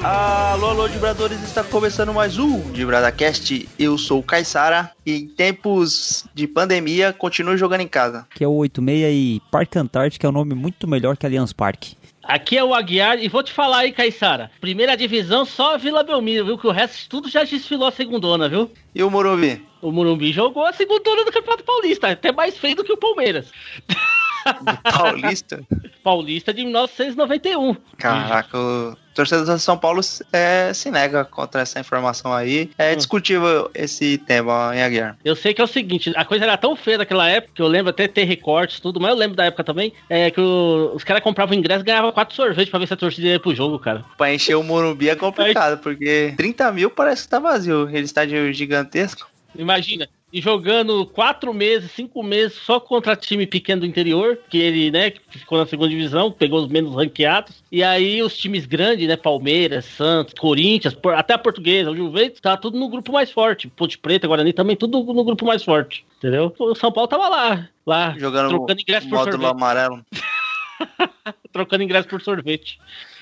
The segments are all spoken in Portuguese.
Alô, alô, Dibradores, está começando mais um DibradaCast. Eu sou o Caissara e em tempos de pandemia, continuo jogando em casa. Que é o 86 e Parque Antártica é um nome muito melhor que Allianz Parque. Aqui é o Aguiar e vou te falar aí, Caissara. Primeira divisão só a Vila Belmiro, viu? Que o resto tudo já desfilou a segundona, viu? E o Morumbi? O Morumbi jogou a segundona do Campeonato Paulista, até mais feio do que o Palmeiras. Do Paulista? Paulista de 1991. Caraca, o torcedor de São Paulo se nega contra essa informação aí. É discutível esse tema, hein, Aguiar? Eu sei que é o seguinte, a coisa era tão feia naquela época, que eu lembro até ter recortes e tudo, mas eu lembro da época também, que os caras compravam ingresso e ganhavam 4 sorvetes pra ver se a torcida ia pro jogo, cara. Pra encher o Morumbi é complicado, porque 30 mil parece que tá vazio. Ele está gigantesco. Imagina, e jogando 4 meses, 5 meses só contra time pequeno do interior, que ele, né, que ficou na segunda divisão, pegou os menos ranqueados, e aí os times grandes, né, Palmeiras, Santos, Corinthians, até a Portuguesa, o Juventus, tava tudo no grupo mais forte, Ponte Preta, Guarani também, tudo no grupo mais forte, entendeu? O São Paulo tava lá jogando trocando ingresso por módulo sorvete. amarelo. Trocando ingresso por sorvete.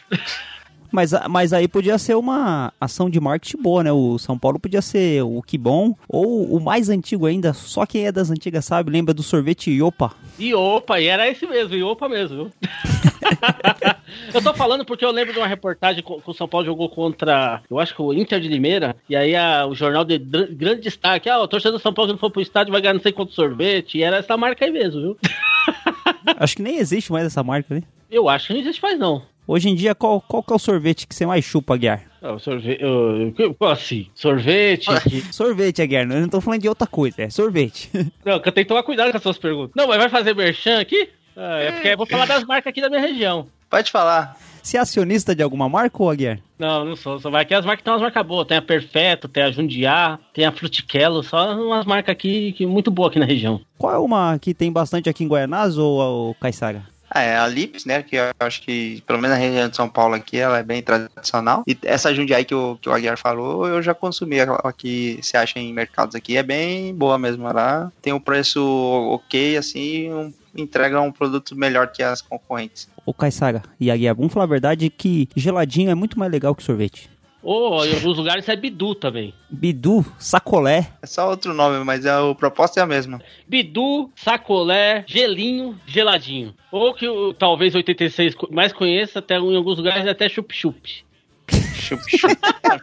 Mas aí podia ser uma ação de marketing boa, né? O São Paulo podia ser o Que Bom, ou o mais antigo ainda, só quem é das antigas sabe, lembra do sorvete Iopa. Iopa, e era esse mesmo, Iopa mesmo, viu? Eu tô falando porque eu lembro de uma reportagem que o São Paulo jogou contra, eu acho que o Inter de Limeira, e aí o jornal de grande destaque, o torcedor do São Paulo que não for pro estádio vai ganhar não sei quanto sorvete, e era essa marca aí mesmo, viu? Acho que nem existe mais essa marca, né? Eu acho que não existe mais não. Hoje em dia, qual que é o sorvete que você mais chupa, Aguiar? Sorvete, assim, sorvete... Sorvete, Aguiar, eu não tô falando de outra coisa, é sorvete. Não, que eu tenho que tomar cuidado com as suas perguntas. Não, mas vai fazer merchan aqui? É porque eu vou falar das marcas aqui da minha região. Pode falar. Você é acionista de alguma marca, ou Aguiar? Não sou. Só vai aqui as marcas que tem umas marcas boas. Tem a Perfeito, tem a Jundiá, tem a Frutiquelo. Só umas marcas aqui que muito boas aqui na região. Qual é uma que tem bastante aqui em Guaianazes ou Caiçara? É a Lips, né, que eu acho que, pelo menos na região de São Paulo aqui, ela é bem tradicional. E essa Jundiaí que o Aguiar falou, eu já consumi. A que se acha em mercados aqui é bem boa mesmo. Ela tem um preço ok, assim, entrega um produto melhor que as concorrentes. Ô Caiçara e Aguiar, vamos falar a verdade que geladinho é muito mais legal que sorvete. Em alguns lugares é Bidu também. Bidu, sacolé. É só outro nome, mas o propósito é a mesma. Bidu, sacolé, gelinho, geladinho. Ou que talvez 86 mais conheça, até em alguns lugares até chup-chup. Chup-chup.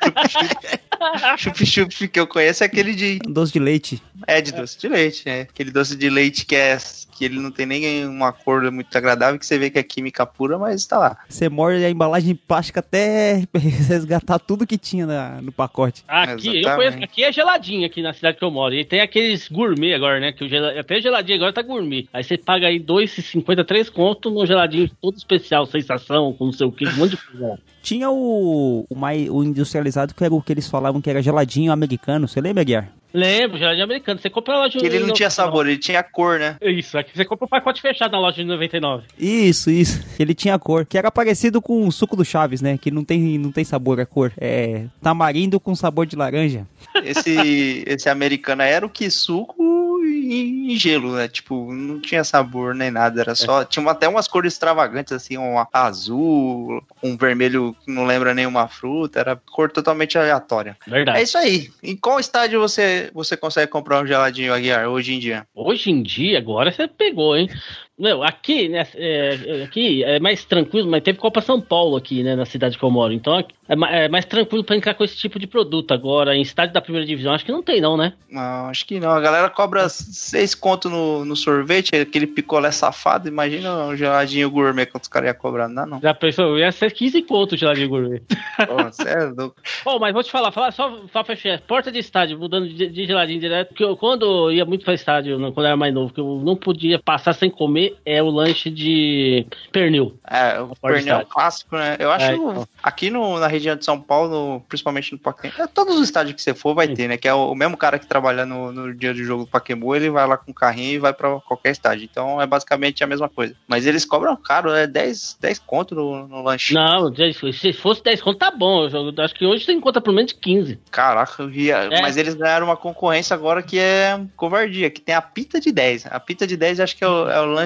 Chup-chup que eu conheço é aquele de... Doce de leite. É, de doce de leite, né? Aquele doce de leite que ele não tem nem uma cor muito agradável, que você vê que é química pura, mas tá lá. Você morde a embalagem plástica até resgatar tudo que tinha no pacote. Aqui, eu conheço, aqui é geladinho, aqui na cidade que eu moro. E tem aqueles gourmet agora, né? Que até geladinho agora tá gourmet. Aí você paga aí 2,50, 3 conto no geladinho todo especial, sensação, com não sei o que, um monte de coisa. Tinha o industrializado, que era o que eles falavam que era geladinho americano. Você lembra, Guiar? Lembro, geladinho americano. Você compra na loja... Que ele não tinha sabor, ele tinha cor, né? Isso, aqui você compra um pacote fechado na loja de 99. Isso. Ele tinha cor. Que era parecido com o suco do Chaves, né? Que não tem sabor, a cor. É tamarindo com sabor de laranja. Esse americano era o que suco em gelo, né? Tipo, não tinha sabor nem nada, era só... Tinha até umas cores extravagantes, assim, um azul, um vermelho que não lembra nenhuma fruta, era cor totalmente aleatória. Verdade. É isso aí. Em qual estádio você consegue comprar um geladinho, Aguiar, hoje em dia? Hoje em dia, agora você pegou, hein? Não, aqui, né, aqui é mais tranquilo, mas teve Copa São Paulo aqui, né, na cidade que eu moro. Então é mais tranquilo pra entrar com esse tipo de produto. Agora, em estádio da primeira divisão, acho que não tem não, né? Não, acho que não. A galera cobra 6 conto no sorvete, aquele picolé safado. Imagina um geladinho gourmet que os caras iam cobrar, não dá não. Já pensou? Ia ser 15 conto o geladinho gourmet. Você é louco. Mas vou te falar só fechar. Porta de estádio, mudando de geladinho direto, porque quando eu ia muito pra estádio, quando eu era mais novo, que eu não podia passar sem comer, é o lanche de pernil. O pernil é clássico, né? Eu acho aqui na região de São Paulo, principalmente no Pacaembu, todos os estádios que você for vai ter, né? Que é o mesmo cara que trabalha no dia de jogo do Pacaembu, ele vai lá com o carrinho e vai pra qualquer estádio. Então é basicamente a mesma coisa. Mas eles cobram caro, 10 conto no lanche. Não, se fosse 10 conto tá bom. Eu acho que hoje tem conta por menos de 15. Caraca, eu via. Mas eles ganharam uma concorrência agora que é covardia, que tem a pita de 10. A pita de 10 acho que é o lanche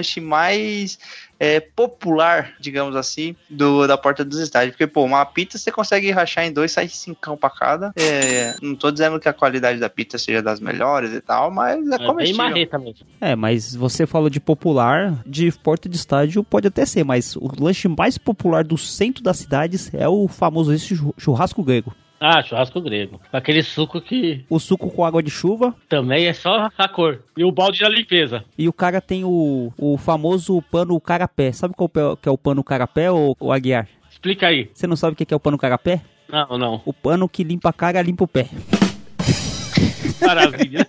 lanche mais popular, digamos assim, da porta dos estádios. Porque, pô, uma pizza você consegue rachar em 2, sai 5 pra cada. Não tô dizendo que a qualidade da pizza seja das melhores e tal, mas é comestível. Bem marreta mesmo. Mas você falou de popular, de porta de estádio pode até ser, mas o lanche mais popular do centro das cidades é o famoso churrasco grego. Ah, churrasco grego. Aquele suco que... O suco com água de chuva. Também é só a cor. E o balde da limpeza. E o cara tem o famoso pano carapé. Sabe qual que é o pano carapé, ou Aguiar? Explica aí. Você não sabe o que é o pano carapé? Não. O pano que limpa a cara, limpa o pé. Maravilha.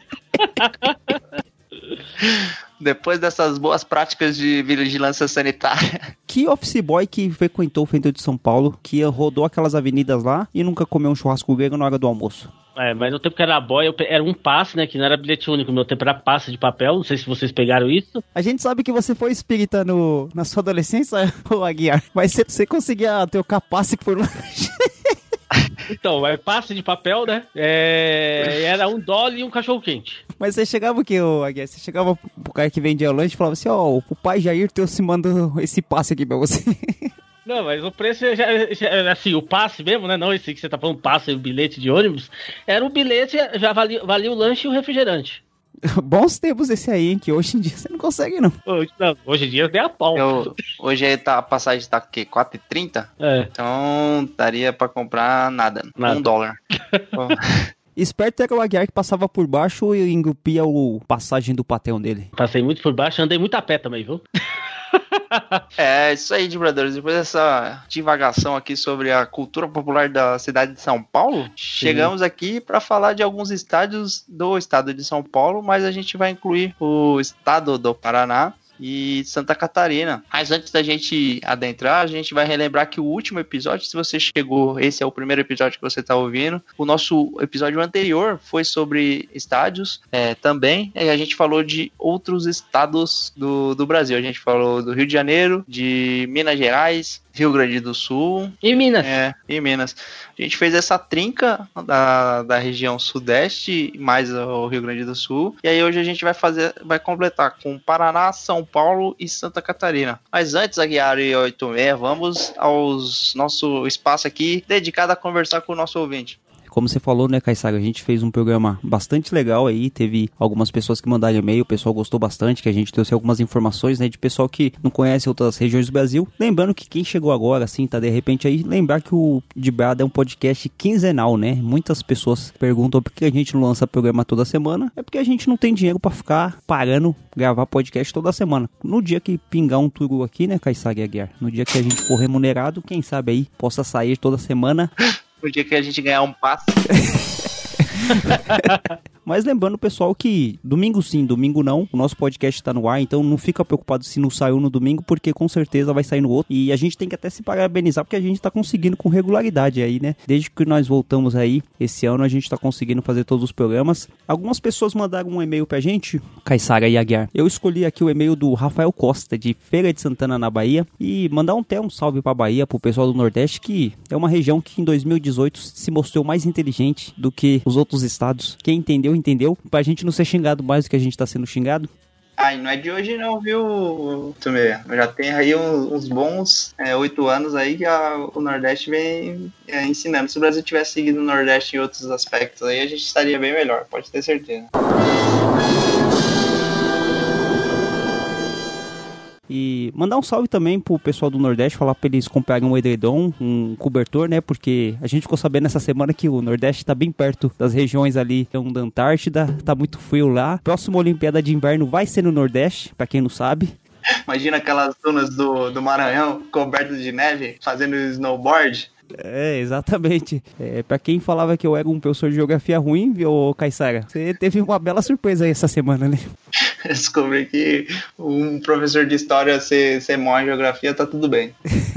Depois dessas boas práticas de vigilância sanitária. Que office boy que frequentou o centro de São Paulo, que rodou aquelas avenidas lá e nunca comeu um churrasco grego na hora do almoço? Mas no tempo que era boy, era um passe, né? Que não era bilhete único. No meu tempo era passe de papel. Não sei se vocês pegaram isso. A gente sabe que você foi espírita na sua adolescência, ô Aguiar. Mas você conseguia trocar passe por lanche. Então, é passe de papel, né? Era $1 e um cachorro-quente. Mas você chegava o quê, Aguiar? Você chegava pro cara que vendia o lanche e falava assim, o pai Jair trouxe mandando esse passe aqui pra você. Não, mas o preço já assim, o passe mesmo, né? Não esse que você tá falando, passe, o bilhete de ônibus. Era o bilhete, já valia o lanche e o refrigerante. Bons tempos esse aí, hein? Que hoje em dia você não consegue, não. Hoje em dia tem a pau. Hoje a passagem tá o quê? 4,30? Então daria pra comprar nada. $1. Esperto era o Aguiar que passava por baixo e engrupia o passagem do patrão dele. Passei muito por baixo, andei muito a pé também, viu? Isso aí, Dibradores. Depois dessa divagação aqui sobre a cultura popular da cidade de São Paulo, chegamos aqui para falar de alguns estádios do estado de São Paulo, mas a gente vai incluir o estado do Paraná e Santa Catarina. Mas antes da gente adentrar, a gente vai relembrar que o último episódio, se você chegou, esse é o primeiro episódio que você está ouvindo, o nosso episódio anterior foi sobre estádios também, e a gente falou de outros estados do Brasil. A gente falou do Rio de Janeiro, de Minas Gerais, Rio Grande do Sul e Minas. E Minas. A gente fez essa trinca da região sudeste mais o Rio Grande do Sul. E aí hoje a gente vai completar com Paraná, São Paulo e Santa Catarina. Mas antes, Aguiar e 86, vamos ao nosso espaço aqui dedicado a conversar com o nosso ouvinte. Como você falou, né, Caissara, a gente fez um programa bastante legal aí, teve algumas pessoas que mandaram e-mail, o pessoal gostou bastante, que a gente trouxe algumas informações, né, de pessoal que não conhece outras regiões do Brasil. Lembrando que quem chegou agora, assim, tá de repente aí, lembrar que o De Brada é um podcast quinzenal, né? Muitas pessoas perguntam por que a gente não lança programa toda semana. É porque a gente não tem dinheiro pra ficar parando, gravar podcast toda semana. No dia que pingar um turu aqui, né, Caissara e Aguiar? No dia que a gente for remunerado, quem sabe aí possa sair toda semana. No dia que a gente ganhar um passe. Mas lembrando, pessoal, que domingo sim, domingo não, o nosso podcast tá no ar, então não fica preocupado se não saiu no domingo, porque com certeza vai sair no outro. E a gente tem que até se parabenizar, porque a gente tá conseguindo com regularidade aí, né? Desde que nós voltamos aí, esse ano a gente tá conseguindo fazer todos os programas. Algumas pessoas mandaram um e-mail pra gente, Caissara e Aguiar. Eu escolhi aqui o e-mail do Rafael Costa, de Feira de Santana, na Bahia, e mandar um salve pra Bahia, pro pessoal do Nordeste, que é uma região que em 2018 se mostrou mais inteligente do que os outros estados. Quem entendeu, pra gente não ser xingado mais do que a gente tá sendo xingado. E não é de hoje não, viu, Tumê? Já tem aí uns bons 8 anos aí que o Nordeste vem ensinando. Se o Brasil tivesse seguido o Nordeste em outros aspectos aí, a gente estaria bem melhor, pode ter certeza. E mandar um salve também pro pessoal do Nordeste, falar pra eles comprarem um edredom, um cobertor, né? Porque a gente ficou sabendo essa semana que o Nordeste tá bem perto das regiões ali da Antártida, tá muito frio lá. Próxima Olimpíada de Inverno vai ser no Nordeste, pra quem não sabe. Imagina aquelas dunas do Maranhão cobertas de neve, fazendo snowboard. Exatamente. Pra quem falava que eu era um professor de geografia ruim, ô Caissara, você teve uma bela surpresa aí essa semana, né? Descobri que um professor de história ser mó em geografia tá tudo bem.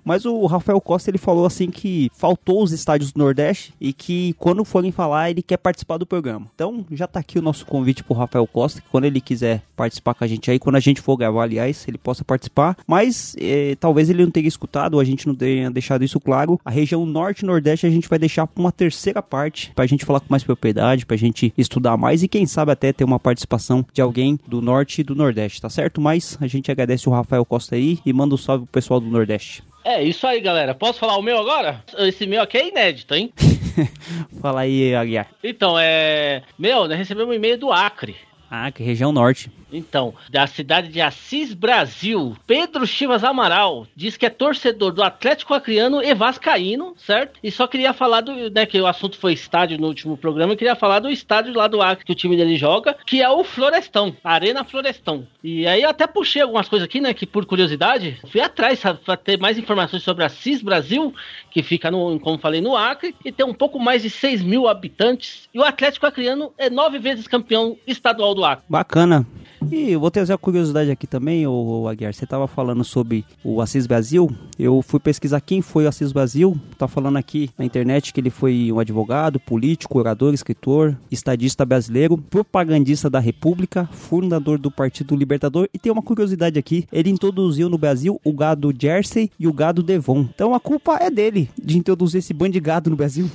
Mas o Rafael Costa, ele falou assim que faltou os estádios do Nordeste e que quando forem falar, ele quer participar do programa. Então, já tá aqui o nosso convite pro Rafael Costa, que quando ele quiser participar com a gente aí, quando a gente for gravar, aliás, ele possa participar. Mas, talvez ele não tenha escutado, ou a gente não tenha deixado isso claro. A região Norte e Nordeste a gente vai deixar pra uma terceira parte, pra gente falar com mais propriedade, pra gente estudar mais e quem sabe até ter uma participação de alguém do Norte e do Nordeste, tá certo? Mas a gente agradece o Rafael Costa aí e manda um salve pro pessoal do Nordeste. É isso aí, galera. Posso falar o meu agora? Esse meu aqui é inédito, hein? Fala aí, Aguiar. Então, nós recebemos um e-mail do Acre. Acre, região Norte. Então, da cidade de Assis, Brasil, Pedro Chivas Amaral diz que é torcedor do Atlético Acreano e vascaíno, certo? E só queria falar que o assunto foi estádio no último programa, eu queria falar do estádio lá do Acre que o time dele joga, que é o Florestão, Arena Florestão. E aí eu até puxei algumas coisas aqui, né, que por curiosidade, fui atrás, sabe, pra ter mais informações sobre Assis, Brasil, que fica, como falei, no Acre, e tem um pouco mais de 6 mil habitantes, e o Atlético Acreano é 9 vezes campeão estadual do Acre. Bacana. E eu vou trazer uma curiosidade aqui também, ô Aguiar. Você estava falando sobre o Assis Brasil. Eu fui pesquisar quem foi o Assis Brasil. Tá falando aqui na internet que ele foi um advogado, político, orador, escritor, estadista brasileiro, propagandista da República, fundador do Partido Libertador. E tem uma curiosidade aqui. Ele introduziu no Brasil o gado Jersey e o gado Devon. Então a culpa é dele de introduzir esse bando de gado no Brasil.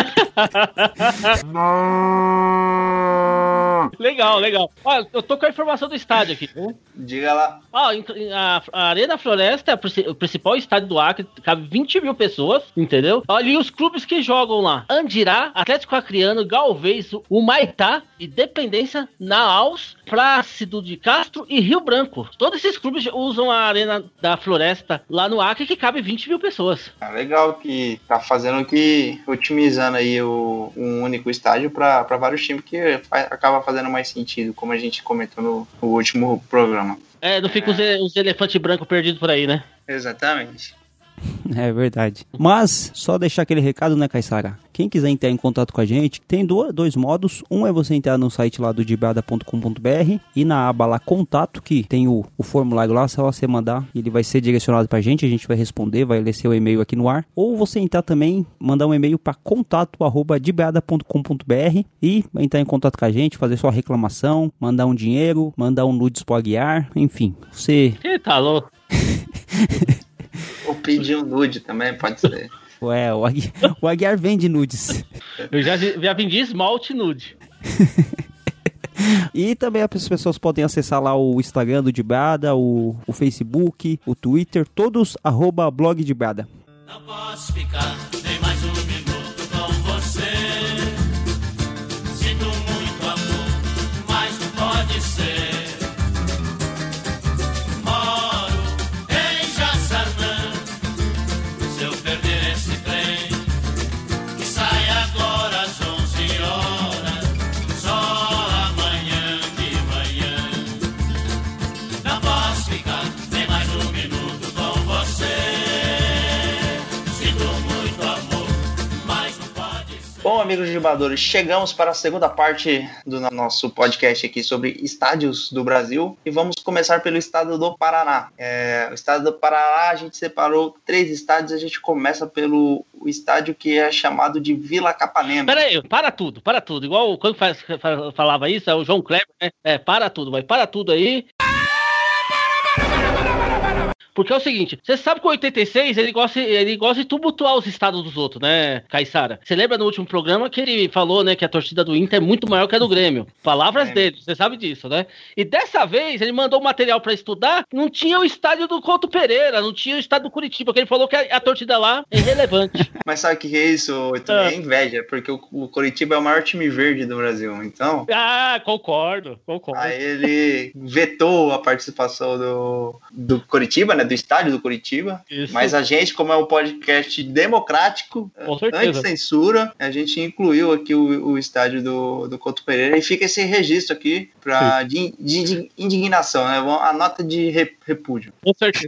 Legal. Olha, eu tô com a informação do estádio aqui. Diga lá. A Arena Floresta é o principal estádio do Acre, cabe 20 mil pessoas, entendeu? Olha, e os clubes que jogam lá: Andirá, Atlético Acreano, Galvez, Humaitá, Independência, Naus, Plácido de Castro e Rio Branco. Todos esses clubes usam a Arena da Floresta lá no Acre, que cabe 20 mil pessoas. Legal que tá fazendo otimizando aí um único estádio para vários times, que acaba fazendo mais sentido, como a gente comentou no último programa. Não fica os elefantes brancos perdidos por aí, né? Exatamente. É verdade. Mas, só deixar aquele recado, né, Caissara? Quem quiser entrar em contato com a gente, tem dois modos. Um é você entrar no site lá do dibrada.com.br e na aba lá Contato, que tem o formulário lá, só você mandar, ele vai ser direcionado pra gente, a gente vai responder, vai ler seu e-mail aqui no ar. Ou você entrar também, mandar um e-mail para contato@dibrada.com.br e entrar em contato com a gente, fazer sua reclamação, mandar um dinheiro, mandar um nudes pro Aguiar, enfim. Você... Tá louco. Ou pedir um nude também, pode ser. Ué, o Aguiar vende nudes. Eu já vendi esmalte nude. E também as pessoas podem acessar lá o Instagram do Dibrada, o Facebook, o Twitter, todos @blogdibrada. Não posso ficar nem mais um minuto com você. Sinto muito amor, mas não pode ser. Bom, amigos dribladores, chegamos para a segunda parte do nosso podcast aqui sobre estádios do Brasil e vamos começar pelo estado do Paraná. O estado do Paraná, a gente separou 3 estádios, a gente começa pelo estádio que é chamado de Vila Capanema. Peraí, para tudo, igual quando falava isso, é o João Kleber, né? Para tudo aí. Porque é o seguinte, você sabe que o 86, ele gosta de tumultuar os estados dos outros, né, Caissara? Você lembra no último programa que ele falou, né, que a torcida do Inter é muito maior que a do Grêmio. Palavras dele, você sabe disso, né? E dessa vez, ele mandou um material pra estudar, não tinha o estádio do Couto Pereira, não tinha o estádio do Curitiba, porque ele falou que a torcida lá é irrelevante. Mas sabe o que é isso? É inveja, porque o Curitiba é o maior time verde do Brasil, então... Concordo. Aí ele vetou a participação do Curitiba, né? Do estádio do Curitiba. Isso. Mas a gente, como é um podcast democrático, anti-censura, a gente incluiu aqui o estádio do Couto Pereira e fica esse registro aqui de indignação, né? A nota de repúdio. Com certeza.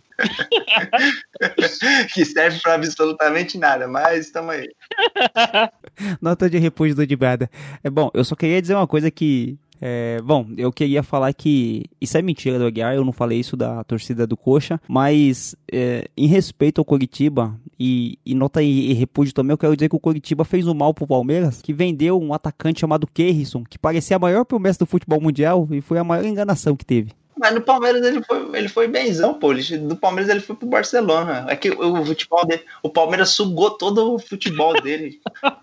Que serve para absolutamente nada, mas estamos aí. Nota de repúdio do Dibrada. Bom, eu só queria dizer uma coisa que Bom, eu queria falar que isso é mentira do Aguiar, eu não falei isso da torcida do Coxa, mas em respeito ao Coritiba e nota e repúdio também, eu quero dizer que o Coritiba fez um mal pro Palmeiras, que vendeu um atacante chamado Keirson, que parecia a maior promessa do futebol mundial e foi a maior enganação que teve. Mas no Palmeiras ele foi benzão, pô. Do Palmeiras ele foi pro Barcelona. É que o futebol dele, o Palmeiras sugou todo o futebol dele.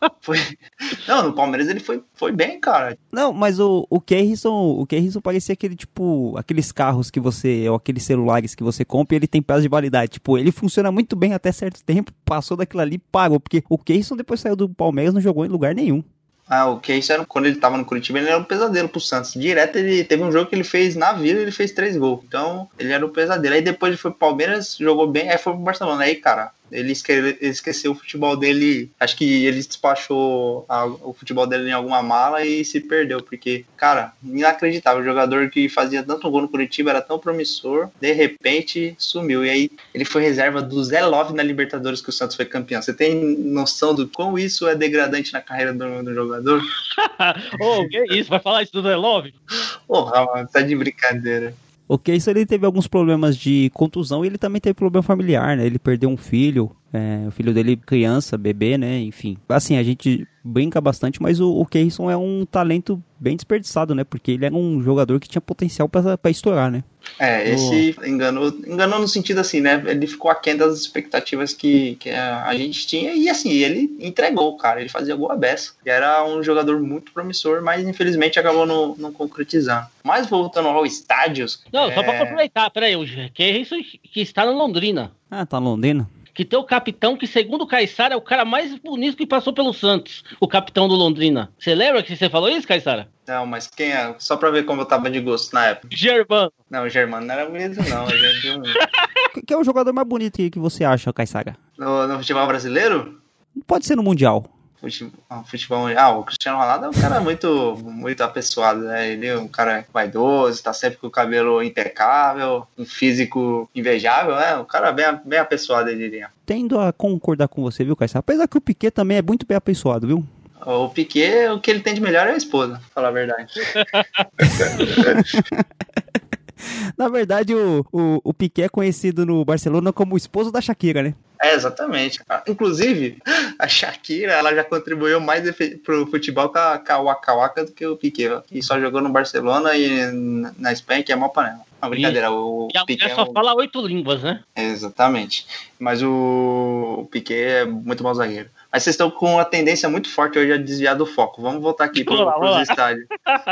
Não, no Palmeiras ele foi bem, cara. Não, mas o Keirson parecia aquele tipo, aqueles carros que você, ou aqueles celulares que você compra e ele tem prazo de validade. Tipo, ele funciona muito bem até certo tempo, passou daquilo ali, parou. Porque o Keirson depois saiu do Palmeiras, não jogou em lugar nenhum. O Keirson, quando ele tava no Curitiba, ele era um pesadelo pro Santos. Direto, ele teve um jogo que ele fez na Vila, ele fez 3 gols. Então, ele era um pesadelo. Aí depois ele foi pro Palmeiras, jogou bem, aí foi pro Barcelona. Aí, cara, ele esqueceu o futebol dele. Acho que ele despachou o futebol dele em alguma mala e se perdeu. Porque, cara, inacreditável. O jogador que fazia tanto gol no Curitiba, era tão promissor, de repente sumiu. E aí, ele foi reserva do Zé Love na Libertadores, que o Santos foi campeão. Você tem noção do quão isso é degradante na carreira do jogador? Que isso? Vai falar isso do Zé Love? Porra, mano, tá de brincadeira. O Keirson, ele teve alguns problemas de contusão e ele também teve problema familiar, né? Ele perdeu um filho, o filho dele criança, bebê, né? Enfim, assim, a gente brinca bastante, mas o Keirson é um talento bem desperdiçado, né? Porque ele era um jogador que tinha potencial pra estourar, né? Esse enganou no sentido assim, né? Ele ficou aquém das expectativas que a gente tinha e assim, ele entregou, cara. Ele fazia gol à beça. E era um jogador muito promissor, mas infelizmente acabou não concretizando. Mas voltando ao estádio... Não, só pra complementar, peraí, o Keirson que está no Londrina. Ah, tá no Londrina? Que tem o capitão que, segundo o Caissara, é o cara mais bonito que passou pelo Santos, o capitão do Londrina. Você lembra que você falou isso, Caissara? Não, mas quem é? Só pra ver como eu tava de gosto na época. Germano. Não, o Germano não era bonito, não. Quem é o jogador mais bonito que você acha, Caissara? No futebol brasileiro? Pode ser no Mundial. Futebol. O Cristiano Ronaldo é um cara muito, muito apessoado, né? Ele é um cara vaidoso, tá sempre com o cabelo impecável, um físico invejável, né? Um cara bem apessoado, eu diria. Tendo a concordar com você, viu, Caissara? Apesar que o Piquet também é muito bem apessoado, viu? O Piquet, o que ele tem de melhor é a esposa, pra falar a verdade. Na verdade, o Piquet é conhecido no Barcelona como o esposo da Shakira, né? Exatamente. Inclusive, a Shakira, ela já contribuiu mais pro futebol com a Waka Waka do que o Piquet. E só jogou no Barcelona e na Espanha, que é mó panela. Não, brincadeira. E a mulher só fala 8 línguas, né? Exatamente. Mas o Piquet é muito bom zagueiro. Mas vocês estão com uma tendência muito forte hoje a desviar do foco. Vamos voltar aqui para os estádios.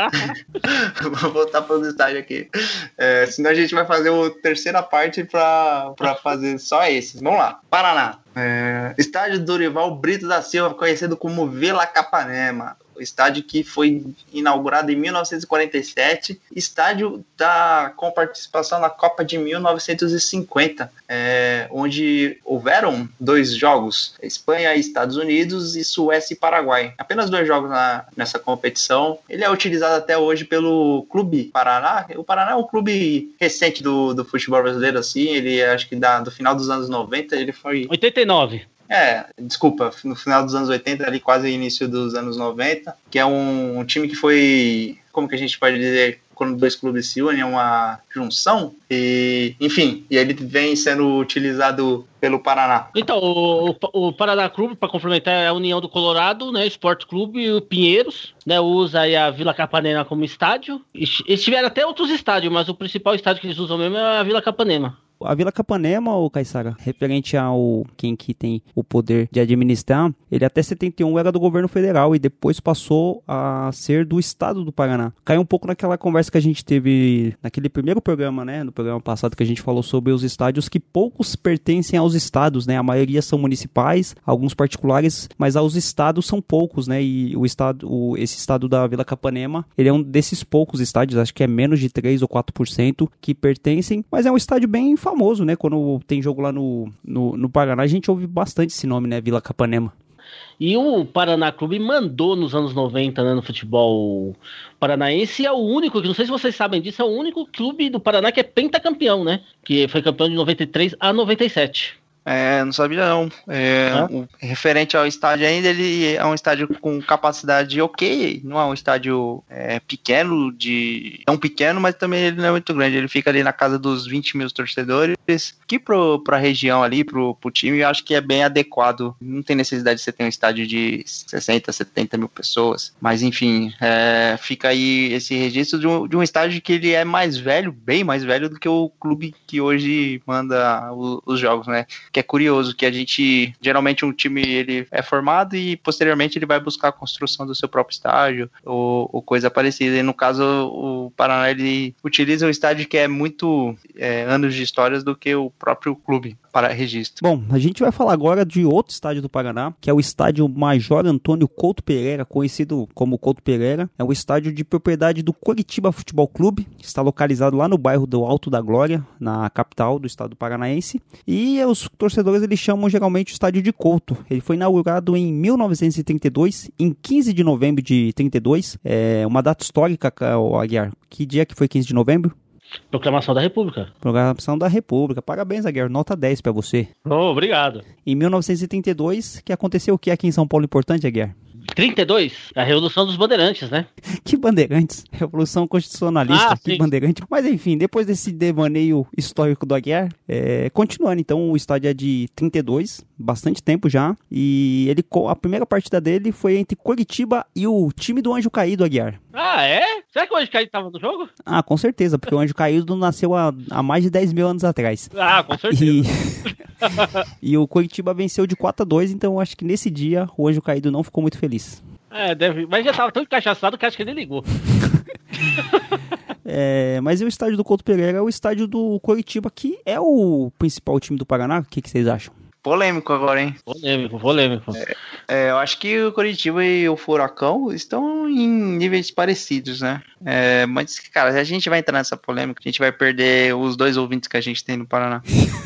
Vamos voltar para os estádios aqui. Senão a gente vai fazer a terceira parte para fazer só esses. Vamos lá. Paraná. Estádio Dorival Brito da Silva, conhecido como Vila Capanema. O estádio que foi inaugurado em 1947, estádio com participação na Copa de 1950, onde houveram 2 jogos, Espanha e Estados Unidos e Suécia e Paraguai. Apenas 2 jogos nessa competição. Ele é utilizado até hoje pelo Clube Paraná. O Paraná é um clube recente do futebol brasileiro, assim, ele acho que do final dos anos 90, ele foi... 89. Desculpa, no final dos anos 80, ali quase início dos anos 90, que é um time que foi, como que a gente pode dizer, quando 2 clubes se unem, é uma junção, e enfim, e ele vem sendo utilizado pelo Paraná. Então, o Paraná Clube, para complementar, é a União do Colorado, né, Esporte Clube e o Pinheiros, né, usa aí a Vila Capanema como estádio. Eles tiveram até outros estádios, mas o principal estádio que eles usam mesmo é a Vila Capanema. A Vila Capanema, o Caissara, referente ao quem que tem o poder de administrar, ele até 71 era do governo federal e depois passou a ser do estado do Paraná. Caiu um pouco naquela conversa que a gente teve naquele primeiro programa, né? No programa passado que a gente falou sobre os estádios, que poucos pertencem aos estados, né? A maioria são municipais, alguns particulares, mas aos estados são poucos, né? E esse estado da Vila Capanema, ele é um desses poucos estádios, acho que é menos de 3 ou 4% que pertencem, mas é um estádio bem famoso, né? Quando tem jogo lá no Paraná, a gente ouve bastante esse nome, né? Vila Capanema. E o Paraná Clube mandou nos anos 90, né, no futebol paranaense, é o único, que não sei se vocês sabem disso, é o único clube do Paraná que é pentacampeão, né? Que foi campeão de 93 a 97. Não sabia não. Referente ao estádio ainda, ele é um estádio com capacidade ok, não é um estádio pequeno, tão pequeno, mas também ele não é muito grande. Ele fica ali na casa dos 20 mil torcedores, que pra região ali, pro time, eu acho que é bem adequado. Não tem necessidade de você ter um estádio de 60, 70 mil pessoas, mas enfim, fica aí esse registro de um estádio que ele é mais velho, bem mais velho do que o clube que hoje manda os jogos, né? Que é curioso, que a gente, geralmente um time ele é formado e posteriormente ele vai buscar a construção do seu próprio estádio ou coisa parecida, e no caso o Paraná ele utiliza um estádio que é muito anos de histórias do que o próprio clube para registro. Bom, a gente vai falar agora de outro estádio do Paraná, que é o estádio Major Antônio Couto Pereira, conhecido como Couto Pereira. É um estádio de propriedade do Coritiba Futebol Clube, que está localizado lá no bairro do Alto da Glória, na capital do estado paranaense. E os torcedores eles chamam geralmente o estádio de Couto. Ele foi inaugurado em 1932, em 15 de novembro de 32. É uma data histórica, Aguiar. Que dia que foi 15 de novembro? Proclamação da República. Proclamação da República. Parabéns, Aguiar. Nota 10 pra você. Obrigado. Em 1932, que aconteceu o que aqui em São Paulo importante, Aguiar? 32, a Revolução dos Bandeirantes, né? Que bandeirantes? Revolução Constitucionalista, que sim. bandeirante. Mas enfim, depois desse devaneio histórico do Aguiar, continuando, então, o estádio é de 32, bastante tempo já, e a primeira partida dele foi entre Coritiba e o time do Anjo Caído, Aguiar. Ah, é? Será que o Anjo Caído estava no jogo? Ah, com certeza, porque o Anjo Caído nasceu há mais de 10 mil anos atrás. Ah, com certeza. E o Coritiba venceu de 4-2, então eu acho que nesse dia o Anjo Caído não ficou muito feliz. Mas já tava tão encaixaçado que acho que ele ligou. Mas o estádio do Couto Pereira é o estádio do Coritiba, que é o principal time do Paraná. O que vocês acham? Polêmico agora, hein? Polêmico. Eu acho que o Coritiba e o Furacão estão em níveis parecidos, né? Mas, cara, se a gente vai entrar nessa polêmica, a gente vai perder os 2 ouvintes que a gente tem no Paraná.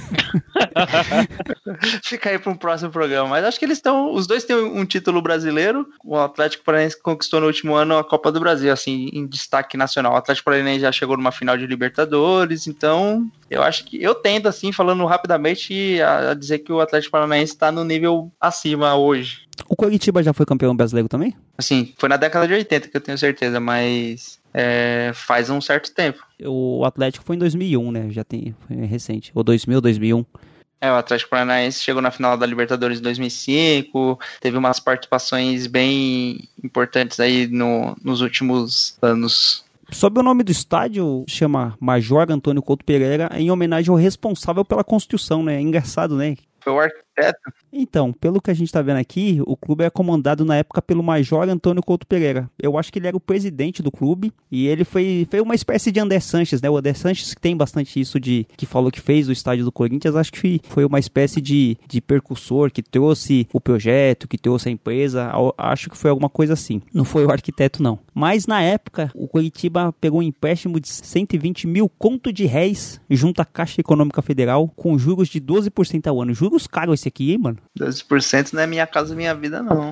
Fica aí para um próximo programa. Mas acho que os dois têm um título brasileiro. O Atlético Paranaense conquistou no último ano a Copa do Brasil, assim, em destaque nacional. O Atlético Paranaense já chegou numa final de Libertadores, então eu acho que eu tendo, assim, falando rapidamente, a dizer que o Atlético Paranaense está no nível acima hoje. O Coritiba já foi campeão brasileiro também? Assim, foi na década de 80 que eu tenho certeza, mas faz um certo tempo. O Atlético foi em 2001, né? Foi recente. Ou 2000, 2001. O Atlético Paranaense chegou na final da Libertadores em 2005, teve umas participações bem importantes aí nos últimos anos. Sob o nome do estádio, chama Major Antônio Couto Pereira, em homenagem ao responsável pela construção, né? É engraçado, né? Foi o arquiteto. Então, pelo que a gente tá vendo aqui, o clube é comandado na época pelo Major Antônio Couto Pereira. Eu acho que ele era o presidente do clube e ele foi uma espécie de André Sanches, né? O André Sanches que tem bastante isso que falou que fez o estádio do Corinthians, acho que foi uma espécie de percursor que trouxe o projeto, que trouxe a empresa, acho que foi alguma coisa assim. Não foi o arquiteto, não. Mas na época, o Coritiba pegou um empréstimo de 120 mil conto de réis junto à Caixa Econômica Federal com juros de 12% ao ano. Juros caros esse aqui, hein, mano? 12% não é minha casa, minha vida, não.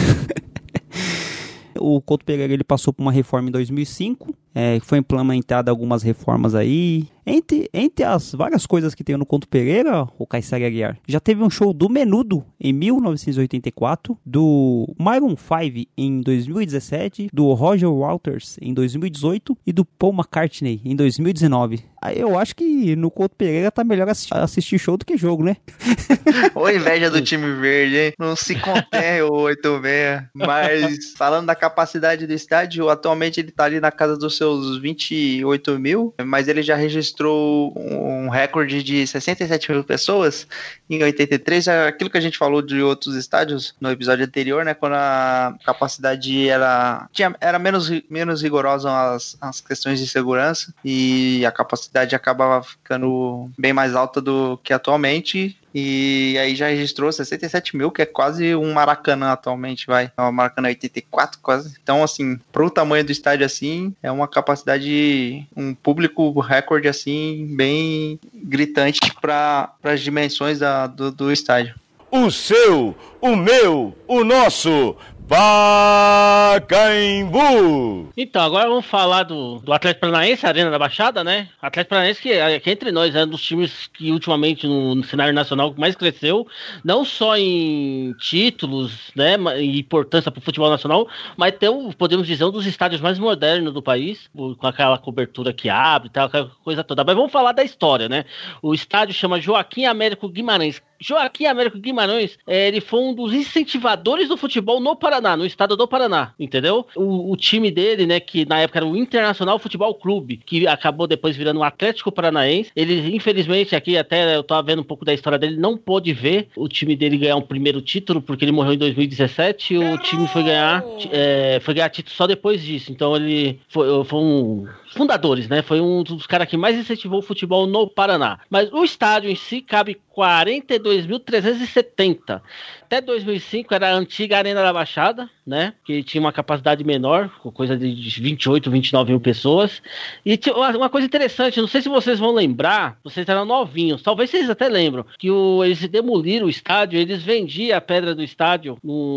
O Couto Pereira ele passou por uma reforma em 2005, foi implementada algumas reformas aí. Entre as várias coisas que tem no Couto Pereira, o Caissara Aguiar, já teve um show do Menudo em 1984, do Maroon 5 em 2017, do Roger Waters em 2018 e do Paul McCartney em 2019. Aí eu acho que no Couto Pereira tá melhor assistir show do que jogo, né? Ô inveja do time verde, hein? Não se contém o 86. Mas falando da capacidade do estádio, atualmente ele tá ali na casa dos seus 28 mil, mas ele já registrou um recorde de 67 mil pessoas em 83, aquilo que a gente falou de outros estádios no episódio anterior, né, quando a capacidade era menos rigorosa as questões de segurança e a capacidade acabava ficando bem mais alta do que atualmente. E aí já registrou 67 mil, que é quase um Maracanã atualmente, vai. É um Maracanã 84 quase. Então, assim, pro tamanho do estádio assim, é uma capacidade, um público recorde assim, bem gritante para as dimensões do estádio. O seu, o meu, o nosso Pacaembu! Então, agora vamos falar do Atlético Paranaense, Arena da Baixada, né? Atlético Paranaense que entre nós é um dos times que ultimamente no cenário nacional mais cresceu, não só em títulos, né, e importância para o futebol nacional, mas podemos dizer, um dos estádios mais modernos do país, com aquela cobertura que abre e tal, aquela coisa toda. Mas vamos falar da história, né? O estádio chama Joaquim Américo Guimarães. Joaquim Américo Guimarães, ele foi um dos incentivadores do futebol no Paraná, no estado do Paraná, entendeu? O time dele, né, que na época era o Internacional Futebol Clube, que acabou depois virando o Atlético Paranaense, ele, infelizmente, aqui até eu tava vendo um pouco da história dele, não pôde ver o time dele ganhar um primeiro título, porque ele morreu em 2017, e o time foi ganhar título só depois disso, então ele foi um fundadores, né, foi um dos caras que mais incentivou o futebol no Paraná. Mas o estádio em si cabe 42.370. Até 2005 era a antiga Arena da Baixada, né? Que tinha uma capacidade menor, coisa de 28, 29 mil pessoas. E tinha uma coisa interessante, não sei se vocês vão lembrar, vocês eram novinhos, talvez vocês até lembram, que eles demoliram o estádio, eles vendiam a pedra do estádio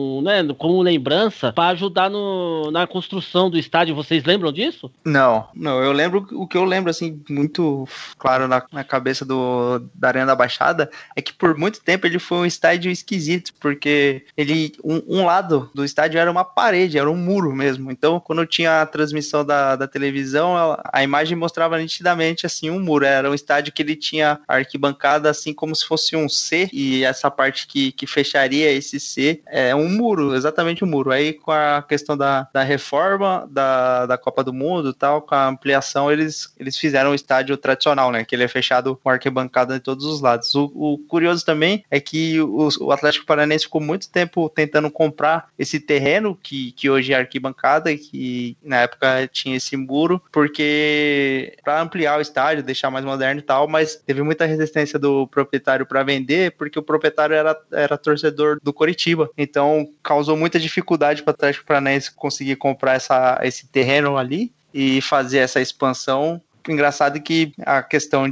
como lembrança para ajudar na construção do estádio. Vocês lembram disso? Não, eu lembro, o que eu lembro, assim, muito claro na cabeça da Arena da Baixada, é que por muito tempo ele foi um estádio esquisito, porque um lado do estádio era uma parede, era um muro mesmo. Então, quando tinha a transmissão da televisão, a imagem mostrava nitidamente, assim, um muro. Era um estádio que ele tinha arquibancada, assim, como se fosse um C, e essa parte que fecharia esse C é um muro, exatamente um muro. Aí, com a questão da reforma da Copa do Mundo e tal, com a ampliação, eles fizeram o estádio tradicional, né, que ele é fechado com arquibancada de todos os lados. O curioso também é que o Atlético Paranaense ficou muito tempo tentando comprar esse terreno que hoje é arquibancada e que na época tinha esse muro, porque para ampliar o estádio, deixar mais moderno e tal, mas teve muita resistência do proprietário para vender, porque o proprietário era torcedor do Coritiba, então causou muita dificuldade para o Atlético Paranaense conseguir comprar esse terreno ali e fazer essa expansão. Engraçado que a questão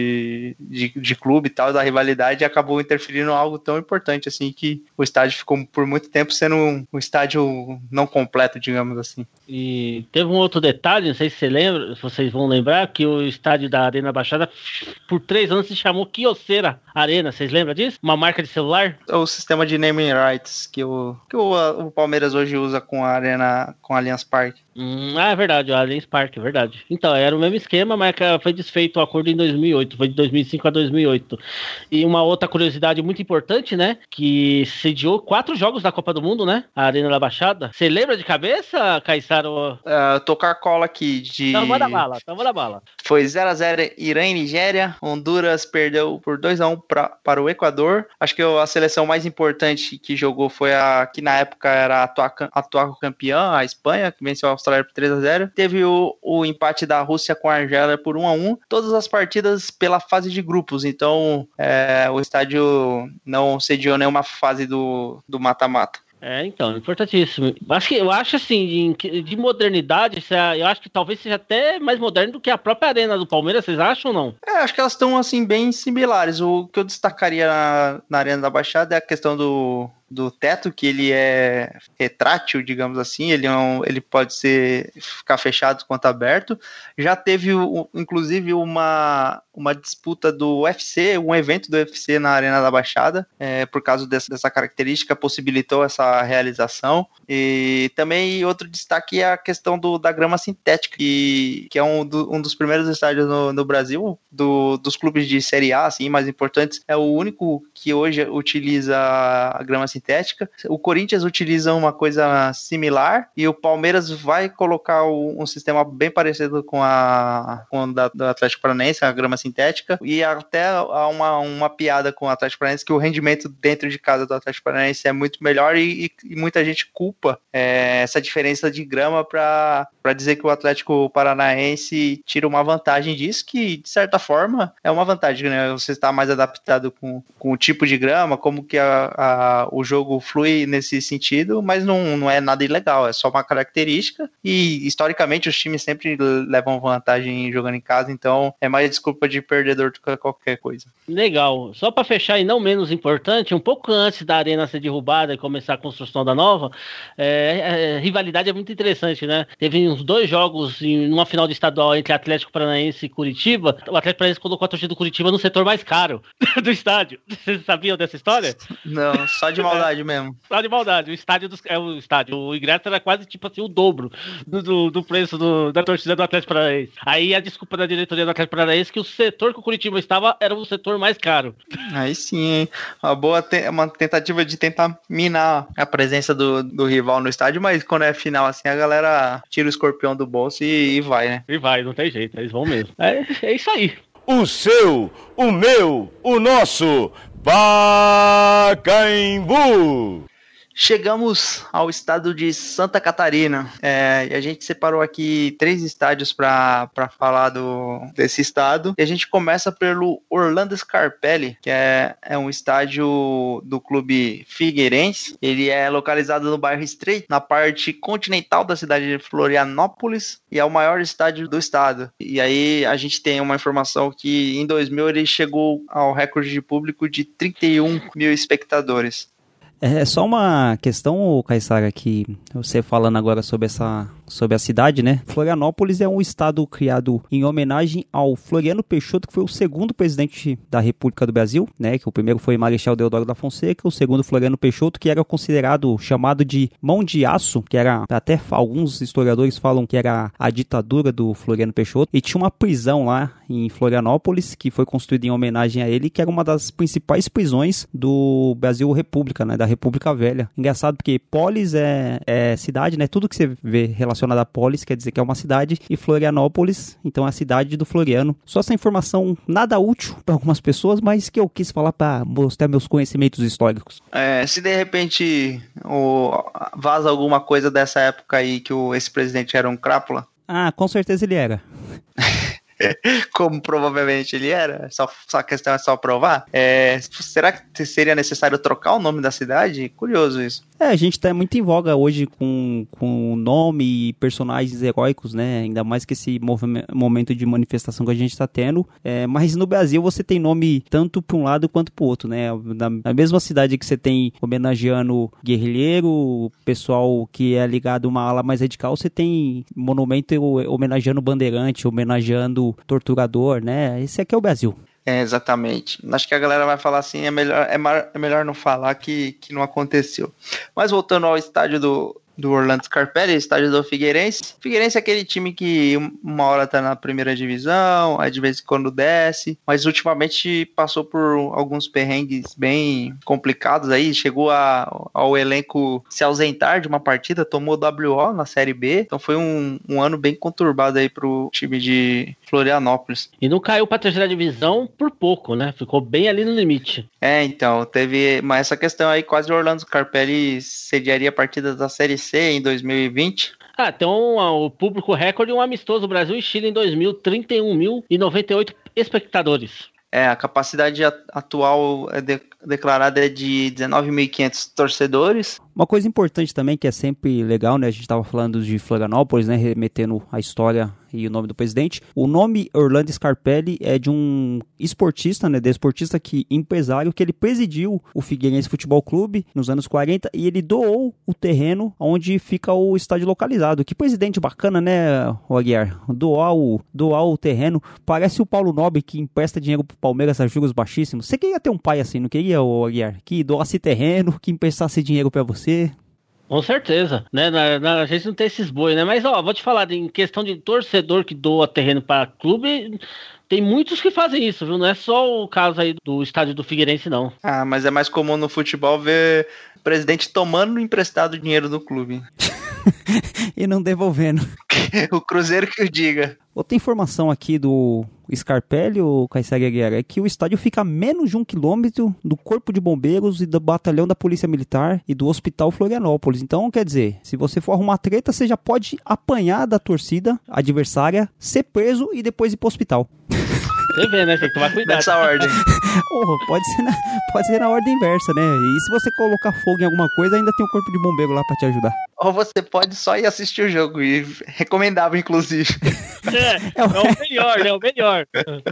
de clube e tal, da rivalidade, acabou interferindo em algo tão importante assim, que o estádio ficou por muito tempo sendo um estádio não completo, digamos assim. E teve um outro detalhe, não sei se vocês vão lembrar, que o estádio da Arena Baixada por 3 anos se chamou Kyocera Arena, vocês lembram disso? Uma marca de celular? É o sistema de naming rights que o Palmeiras hoje usa com a Arena, com a Allianz Parque. É verdade, o Allianz Parque, é verdade. Então, era o mesmo esquema, mas foi desfeito o acordo em 2008, foi de 2005 a 2008. E uma outra curiosidade muito importante, né, que sediou 4 jogos da Copa do Mundo, né, a Arena da Baixada. Você lembra de cabeça, Caissaro? Tô com a cola aqui de... Então manda bala. Foi 0-0 Irã e Nigéria, Honduras perdeu por 2-1 para o Equador. Acho que a seleção mais importante que jogou foi a que na época era a atual campeã, a Espanha, que venceu a Austrália por 3-0. Teve o empate da Rússia com a Argélia por 1-1. Todas as partidas pela fase de grupos. Então, o estádio não sediou nenhuma fase do mata-mata. Então, importantíssimo. Eu acho assim, de modernidade, eu acho que talvez seja até mais moderno do que a própria Arena do Palmeiras, vocês acham ou não? Acho que elas estão, assim, bem similares. O que eu destacaria na Arena da Baixada é a questão do teto, que ele é retrátil, digamos assim, ele pode ficar fechado quanto aberto. Já teve, inclusive, uma disputa do UFC, um evento do UFC na Arena da Baixada, por causa dessa característica, possibilitou essa realização. E também outro destaque é a questão da grama sintética, que é um dos primeiros estádios no Brasil, dos clubes de Série A, assim, mais importantes, é o único que hoje utiliza a grama sintética. O Corinthians utiliza uma coisa similar e o Palmeiras vai colocar um sistema bem parecido com o do Atlético Paranaense, a grama sintética, e até há uma piada com o Atlético Paranaense que o rendimento dentro de casa do Atlético Paranaense é muito melhor e muita gente culpa essa diferença de grama para dizer que o Atlético Paranaense tira uma vantagem disso, que de certa forma é uma vantagem, né? Você está mais adaptado com o tipo de grama, como que o jogo flui nesse sentido, mas não é nada ilegal, é só uma característica e historicamente os times sempre levam vantagem jogando em casa, então é mais desculpa de perdedor do que qualquer coisa. Legal. Só para fechar e não menos importante, um pouco antes da arena ser derrubada e começar a construção da nova, a rivalidade é muito interessante, né? Teve uns 2 jogos numa final de estadual entre Atlético Paranaense e Curitiba. O Atlético Paranaense colocou a torcida do Curitiba no setor mais caro do estádio. Vocês sabiam dessa história? Não, só de maldade mesmo. Só de maldade. O ingresso era quase tipo assim o dobro do preço da torcida do Atlético Paranaense. Aí a desculpa da diretoria do Atlético Paranaense que o setor que o Curitiba estava era o setor mais caro. Aí sim, hein? Uma tentativa de tentar minar a presença do rival no estádio, mas quando é final assim, a galera tira o escorpião do bolso e vai, né? E vai, não tem jeito, eles vão mesmo. É isso aí. O seu, o meu, o nosso Pacaembu. Chegamos ao estado de Santa Catarina, e a gente separou aqui 3 estádios para falar desse estado, e a gente começa pelo Orlando Scarpelli, que é um estádio do clube Figueirense. Ele é localizado no bairro Estreito, na parte continental da cidade de Florianópolis, e é o maior estádio do estado. E aí a gente tem uma informação que em 2000 ele chegou ao recorde de público de 31 mil espectadores. É só uma questão, Caissara, que você falando agora sobre a cidade, né? Florianópolis é um estado criado em homenagem ao Floriano Peixoto, que foi o segundo presidente da República do Brasil, né? Que o primeiro foi Marechal Deodoro da Fonseca, o segundo Floriano Peixoto, que era chamado de mão de aço, que era, até alguns historiadores falam que era a ditadura do Floriano Peixoto, e tinha uma prisão lá em Florianópolis, que foi construída em homenagem a ele, que era uma das principais prisões do Brasil República, né? Da República Velha. Engraçado porque polis é cidade, né? Tudo que você vê relacionado a polis quer dizer que é uma cidade, e Florianópolis, então é a cidade do Floriano. Só essa informação nada útil para algumas pessoas, mas que eu quis falar para mostrar meus conhecimentos históricos. Se de repente vaza alguma coisa dessa época aí que esse presidente era um crápula. Ah, com certeza ele era. Como provavelmente ele era, só a questão é só provar. Será que seria necessário trocar o nome da cidade? Curioso isso. A gente tá muito em voga hoje com nome e personagens heróicos, né? Ainda mais que esse momento de manifestação que a gente tá tendo. Mas no Brasil você tem nome tanto para um lado quanto para o outro, né? Na mesma cidade que você tem homenageando guerrilheiro, pessoal que é ligado a uma ala mais radical, você tem monumento homenageando bandeirante, homenageando torturador, né? Esse aqui é o Brasil. Exatamente. Acho que a galera vai falar assim, é melhor não falar que não aconteceu. Mas voltando ao estádio do Orlando Scarpelli, estádio do Figueirense. Figueirense é aquele time que uma hora tá na primeira divisão, aí de vez em quando desce, mas ultimamente passou por alguns perrengues bem complicados aí, chegou ao elenco se ausentar de uma partida, tomou WO na Série B, então foi um ano bem conturbado aí pro time de Florianópolis. E não caiu pra terceira divisão por pouco, né? Ficou bem ali no limite. Então, teve essa questão aí, quase o Orlando Scarpelli sediaria partidas da Série C em 2020. Então o público recorde, um amistoso Brasil e Chile em 2000, 31.098 espectadores. A capacidade atual declarada é de 19.500 torcedores. Uma coisa importante também, que é sempre legal, né? A gente estava falando de Florianópolis, né? Remetendo a história e o nome do presidente. O nome Orlando Scarpelli é de um esportista, né? Desportista empresário, que ele presidiu o Figueirense Futebol Clube nos anos 40 e ele doou o terreno onde fica o estádio localizado. Que presidente bacana, né, Aguiar? Doar o terreno. Parece o Paulo Nobre que empresta dinheiro pro Palmeiras a juros baixíssimos. Você queria ter um pai assim, não queria, Aguiar? Que doasse terreno, que emprestasse dinheiro pra você. Com certeza, né? A gente não tem esses bois, né? Mas, vou te falar, em questão de torcedor que doa terreno para clube, tem muitos que fazem isso, viu? Não é só o caso aí do estádio do Figueirense, não. Mas é mais comum no futebol ver o presidente tomando emprestado dinheiro do clube. E não devolvendo. O Cruzeiro que o diga. Outra informação aqui do Scarpelli, o Caissara Aguiar, é que o estádio fica a menos de 1 quilômetro do Corpo de Bombeiros e do Batalhão da Polícia Militar e do Hospital Florianópolis. Então, quer dizer, se você for arrumar treta, você já pode apanhar da torcida adversária, ser preso e depois ir pro hospital. Você vê, né? Tem que tomar cuidado. Nessa ordem. Pode ser na ordem inversa, né? E se você colocar fogo em alguma coisa, ainda tem um corpo de bombeiro lá pra te ajudar. Ou você pode só ir assistir o jogo, e recomendável, inclusive. É o melhor, né? O melhor.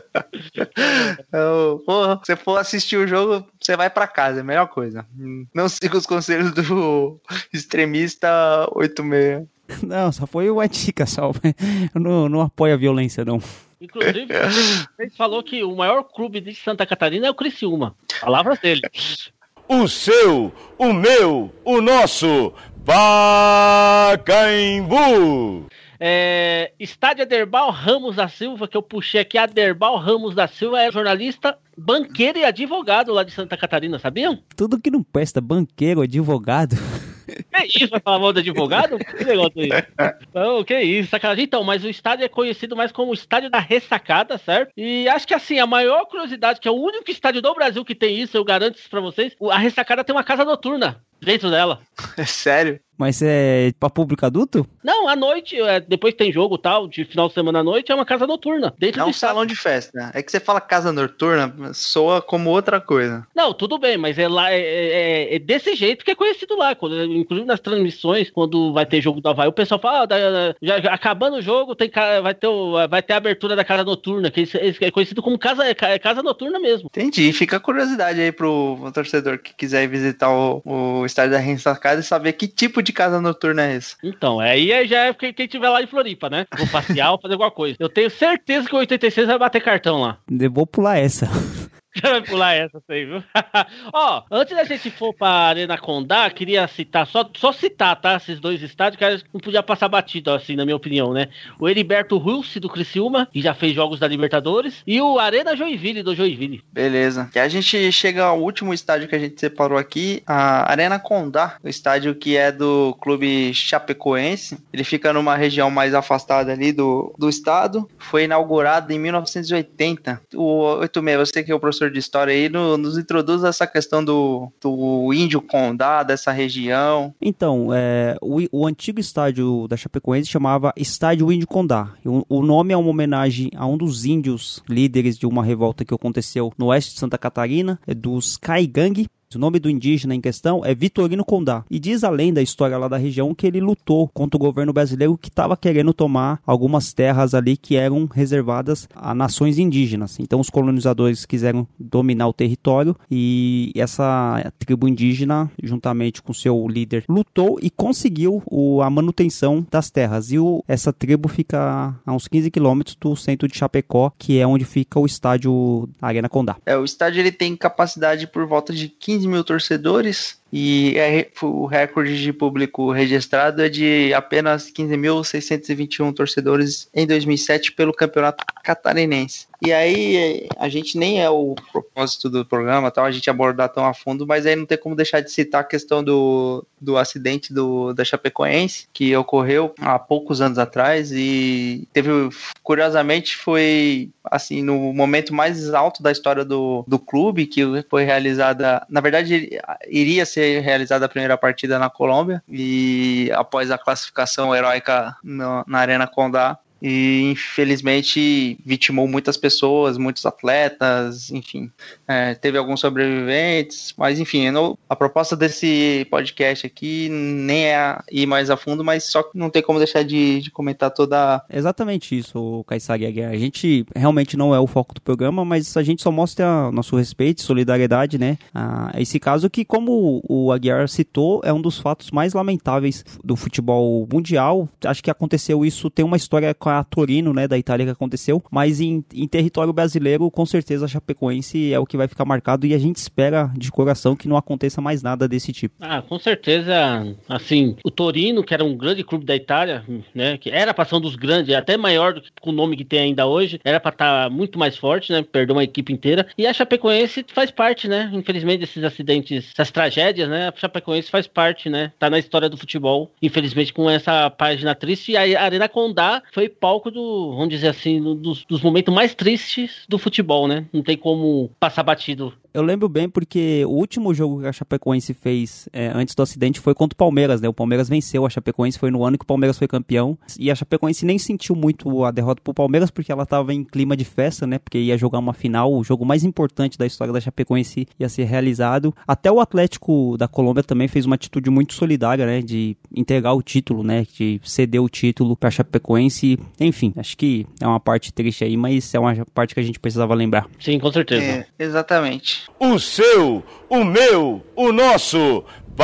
Porra, se você for assistir o jogo, você vai pra casa, é a melhor coisa. Não siga os conselhos do extremista 86. Não, só foi uma dica só. Eu não apoio a violência, não. Inclusive, ele falou que o maior clube de Santa Catarina é o Criciúma. Palavras dele. O seu, o meu, o nosso Pacaembu. Estádio Aderbal Ramos da Silva, que eu puxei aqui. Aderbal Ramos da Silva é jornalista, banqueiro e advogado lá de Santa Catarina, sabiam? Tudo que não presta, banqueiro, advogado. Que isso, vai falar mal do advogado? Que negócio aí? Não, que isso, sacanagem. Então, mas o estádio é conhecido mais como o Estádio da Ressacada, certo? E acho que assim, a maior curiosidade, que é o único estádio do Brasil que tem isso, eu garanto isso pra vocês, a Ressacada tem uma casa noturna dentro dela. É sério? Mas é pra público adulto? Não, à noite, depois tem jogo e tal, de final de semana à noite, é uma casa noturna. Dentro É do um salão de festa. É que você fala casa noturna, soa como outra coisa. Não, tudo bem, mas é lá, é desse jeito que é conhecido lá. Inclusive nas transmissões, quando vai ter jogo do Avaí, o pessoal fala, já acabando o jogo, vai ter a abertura da casa noturna, que é conhecido como casa noturna mesmo. Entendi. Fica a curiosidade aí pro torcedor que quiser ir visitar o estádio da Ressacada e saber que tipo de casa noturna é esse. Então, aí já é quem tiver lá em Floripa, né? Vou passear ou fazer alguma coisa. Eu tenho certeza que o 86 vai bater cartão lá. Eu vou pular essa. Já vai pular essa aí, viu? Ó, antes da gente for pra Arena Condá, queria citar, só citar, tá? Esses dois estádios, que não podia passar batido, assim, na minha opinião, né? O Heriberto Wilson, do Criciúma, que já fez jogos da Libertadores, e o Arena Joinville, do Joinville. Beleza. E a gente chega ao último estádio que a gente separou aqui, a Arena Condá, o estádio que é do clube chapecoense. Ele fica numa região mais afastada ali do estado. Foi inaugurado em 1980. O 86, você que é o professor de história aí, nos introduz essa questão do índio Condá, dessa região. Então, o antigo estádio da Chapecoense chamava Estádio Índio Condá. O nome é uma homenagem a um dos índios líderes de uma revolta que aconteceu no oeste de Santa Catarina, dos Caigangue. O nome do indígena em questão é Vitorino Condá. E diz além da história lá da região que ele lutou contra o governo brasileiro que estava querendo tomar algumas terras ali que eram reservadas a nações indígenas. Então os colonizadores quiseram dominar o território e essa tribo indígena, juntamente com seu líder, lutou e conseguiu a manutenção das terras. E essa tribo fica a uns 15 quilômetros do centro de Chapecó, que é onde fica o estádio Arena Condá. O estádio ele tem capacidade por volta de 15 mil torcedores e o recorde de público registrado é de apenas 15.621 torcedores em 2007 pelo Campeonato Catarinense. E aí, a gente nem é o propósito do programa, tal, a gente abordar tão a fundo, mas aí não tem como deixar de citar a questão do acidente da Chapecoense, que ocorreu há poucos anos atrás e curiosamente, foi assim, no momento mais alto da história do clube, que foi realizada, na verdade, iria ser realizada a primeira partida na Colômbia, e após a classificação heróica na Arena Condá, e infelizmente vitimou muitas pessoas, muitos atletas, enfim, teve alguns sobreviventes, mas enfim, a proposta desse podcast aqui nem é ir mais a fundo, mas só que não tem como deixar de comentar toda... Exatamente isso, Kaysag Aguiar. A gente realmente não é o foco do programa, mas a gente só mostra nosso respeito, solidariedade, né? Esse caso que, como o Aguiar citou, é um dos fatos mais lamentáveis do futebol mundial. Acho que aconteceu isso, tem uma história com a Torino, né, da Itália que aconteceu, mas em território brasileiro, com certeza a Chapecoense é o que vai ficar marcado e a gente espera de coração que não aconteça mais nada desse tipo. Com certeza, assim, o Torino, que era um grande clube da Itália, né, que era pra ser um dos grandes, até maior do que o nome que tem ainda hoje, era pra estar muito mais forte, né, perdeu uma equipe inteira, e a Chapecoense faz parte, né, infelizmente desses acidentes, essas tragédias, né, a Chapecoense faz parte, né, tá na história do futebol, infelizmente com essa página triste, e a Arena Condá foi palco vamos dizer assim, dos momentos mais tristes do futebol, né? Não tem como passar batido Eu lembro bem porque o último jogo que a Chapecoense fez antes do acidente foi contra o Palmeiras, né? O Palmeiras venceu a Chapecoense, foi no ano que o Palmeiras foi campeão. E a Chapecoense nem sentiu muito a derrota pro Palmeiras porque ela tava em clima de festa, né? Porque ia jogar uma final, o jogo mais importante da história da Chapecoense ia ser realizado. Até o Atlético da Colômbia também fez uma atitude muito solidária, né? De entregar o título, né? De ceder o título pra Chapecoense. Enfim, acho que é uma parte triste aí, mas é uma parte que a gente precisava lembrar. Sim, com certeza. Exatamente. O seu, o meu, o nosso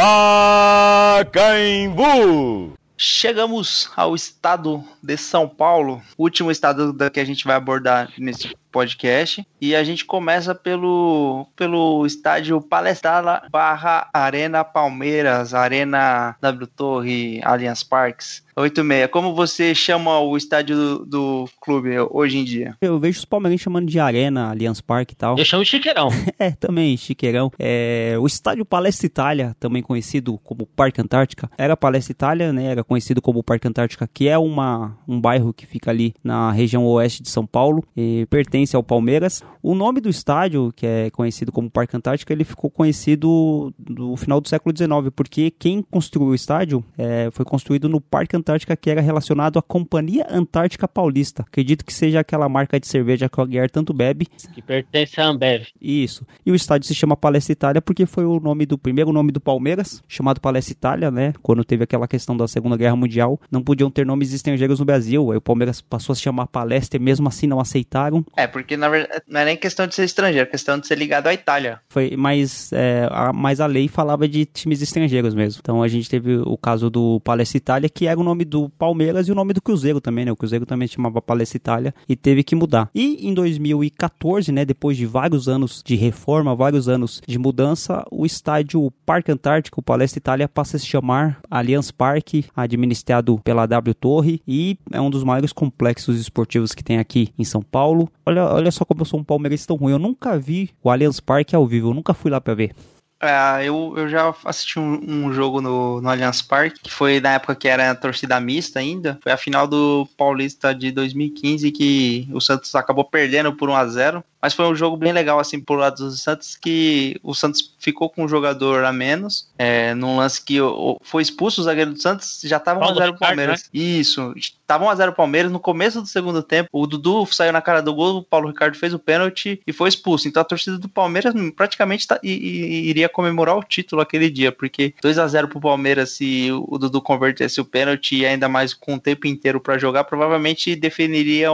Pacaembu. Chegamos ao estado de São Paulo, último estado que a gente vai abordar nesse podcast, e a gente começa pelo estádio Palestra / Arena Palmeiras, Arena W Torre, Allianz Parques. 86. Como você chama o estádio do clube hoje em dia? Eu vejo os palmeirenses chamando de Arena, Allianz Parque e tal. Eu chamo de Chiqueirão. Também, Chiqueirão. O estádio Palestra Itália, também conhecido como Parque Antártica, era Palestra Itália, né? Era conhecido como Parque Antártica, que é um bairro que fica ali na região oeste de São Paulo, e pertence ao Palmeiras. O nome do estádio, que é conhecido como Parque Antártica, ele ficou conhecido no final do século XIX, porque quem construiu o estádio foi construído no Parque Antártica, que era relacionado à Companhia Antártica Paulista. Acredito que seja aquela marca de cerveja que o Aguiar tanto bebe. Que pertence à Ambev. Isso. E o estádio se chama Palestra Itália porque foi o primeiro nome do Palmeiras, chamado Palestra Itália, né? Quando teve aquela questão da Segunda Guerra Mundial, não podiam ter nomes estrangeiros no Brasil. Aí o Palmeiras passou a se chamar Palestra e mesmo assim não aceitaram. Porque na verdade não é nem questão de ser estrangeiro, é questão de ser ligado à Itália. Mas a lei falava de times estrangeiros mesmo. Então a gente teve o caso do Palestra Itália, que era o nome do Palmeiras e o nome do Cruzeiro também, né? O Cruzeiro também se chamava Palestra Itália e teve que mudar. E em 2014, né, depois de vários anos de reforma, vários anos de mudança, o estádio Parque Antártico, Palestra Itália, passa a se chamar Allianz Parque, administrado pela W Torre, e é um dos maiores complexos esportivos que tem aqui em São Paulo. Olha só como eu sou um palmeirense tão ruim, eu nunca vi o Allianz Parque ao vivo, eu nunca fui lá pra ver. Eu já assisti um jogo no Allianz Parque, que foi na época que era a torcida mista ainda. Foi a final do Paulista de 2015, que o Santos acabou perdendo por 1-0. Mas foi um jogo bem legal, assim, pro lado do Santos, que o Santos ficou com um jogador a menos, num lance que foi expulso o zagueiro do Santos, já tava 1-0 pro Palmeiras. Né? Isso, tava 1-0 pro Palmeiras, no começo do segundo tempo, o Dudu saiu na cara do gol, o Paulo Ricardo fez o pênalti e foi expulso. Então a torcida do Palmeiras praticamente iria comemorar o título aquele dia, porque 2-0 pro Palmeiras, se o Dudu convertesse o pênalti e ainda mais com o tempo inteiro pra jogar, provavelmente definiria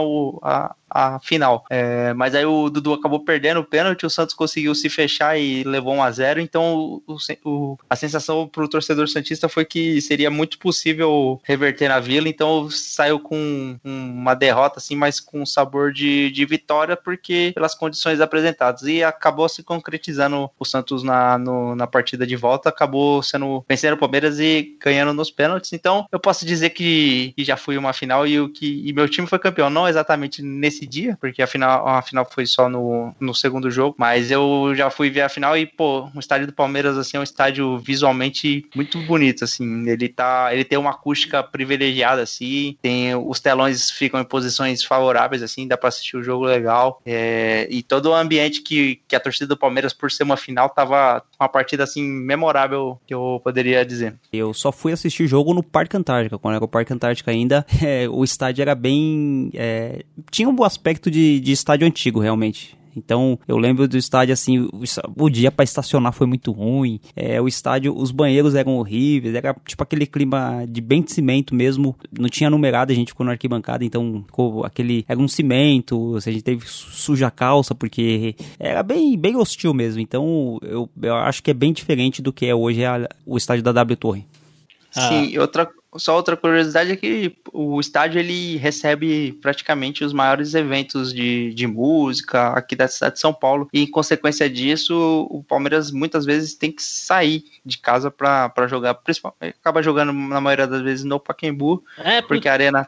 a final. Mas aí o Dudu acabou perdendo o pênalti, o Santos conseguiu se fechar e levou 1-0, então a sensação pro torcedor santista foi que seria muito possível reverter na Vila, então saiu com uma derrota assim, mas com sabor de vitória, porque pelas condições apresentadas, e acabou se concretizando o Santos na partida de volta, acabou vencendo o Palmeiras e ganhando nos pênaltis. Então eu posso dizer que já fui uma final e meu time foi campeão, não exatamente nesse dia, porque a final foi só no segundo jogo, mas eu já fui ver a final e, o estádio do Palmeiras, assim, é um estádio visualmente muito bonito, assim, ele tem uma acústica privilegiada, assim, os telões ficam em posições favoráveis, assim, dá pra assistir o jogo legal, e todo o ambiente que a torcida do Palmeiras, por ser uma final, tava uma partida, assim, memorável, que eu poderia dizer. Eu só fui assistir jogo no Parque Antártica, quando era o Parque Antártica ainda, o estádio era bem... tinha um aspecto de estádio antigo, realmente. Então, eu lembro do estádio, assim, o dia pra estacionar foi muito ruim, o estádio, os banheiros eram horríveis, era tipo aquele clima de bem de cimento mesmo, não tinha numerado, a gente ficou na arquibancada, então era um cimento, a gente teve suja a calça, porque era bem, bem hostil mesmo, então eu acho que é bem diferente do que é hoje o estádio da W Torre. Sim, só outra curiosidade é que o estádio ele recebe praticamente os maiores eventos de música aqui da cidade de São Paulo, e em consequência disso o Palmeiras muitas vezes tem que sair de casa para jogar, principalmente acaba jogando na maioria das vezes no Pacaembu, porque a arena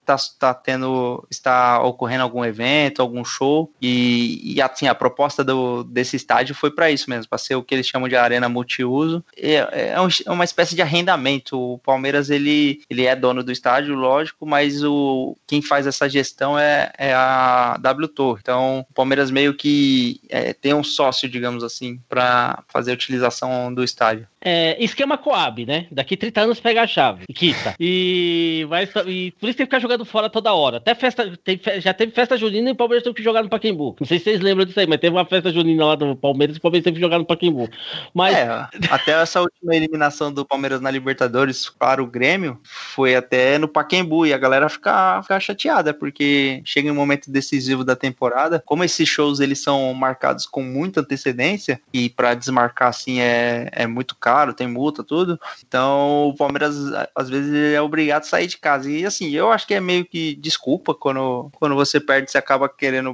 está ocorrendo algum evento, algum show, e assim, a proposta desse estádio foi para isso mesmo, para ser o que eles chamam de arena multiuso. É uma espécie de arrendamento. O Palmeiras ele ele é dono do estádio, lógico, mas quem faz essa gestão é a W Torre. Então, o Palmeiras meio que tem um sócio, digamos assim, para fazer a utilização do estádio. Esquema Coab, né? Daqui 30 anos pega a chave e quita. E por isso tem que ficar jogando fora toda hora. Até já teve festa junina e o Palmeiras teve que jogar no Pacaembu. Não sei se vocês lembram disso aí, mas teve uma festa junina lá do Palmeiras e o Palmeiras teve que jogar no Pacaembu. Mas... até essa última eliminação do Palmeiras na Libertadores para o Grêmio foi até no Pacaembu e a galera fica chateada, porque chega em um momento decisivo da temporada, como esses shows eles são marcados com muita antecedência e para desmarcar assim é muito caro, tem multa, tudo. Então o Palmeiras às vezes é obrigado a sair de casa. E assim, eu acho que é meio que desculpa quando você perde, você acaba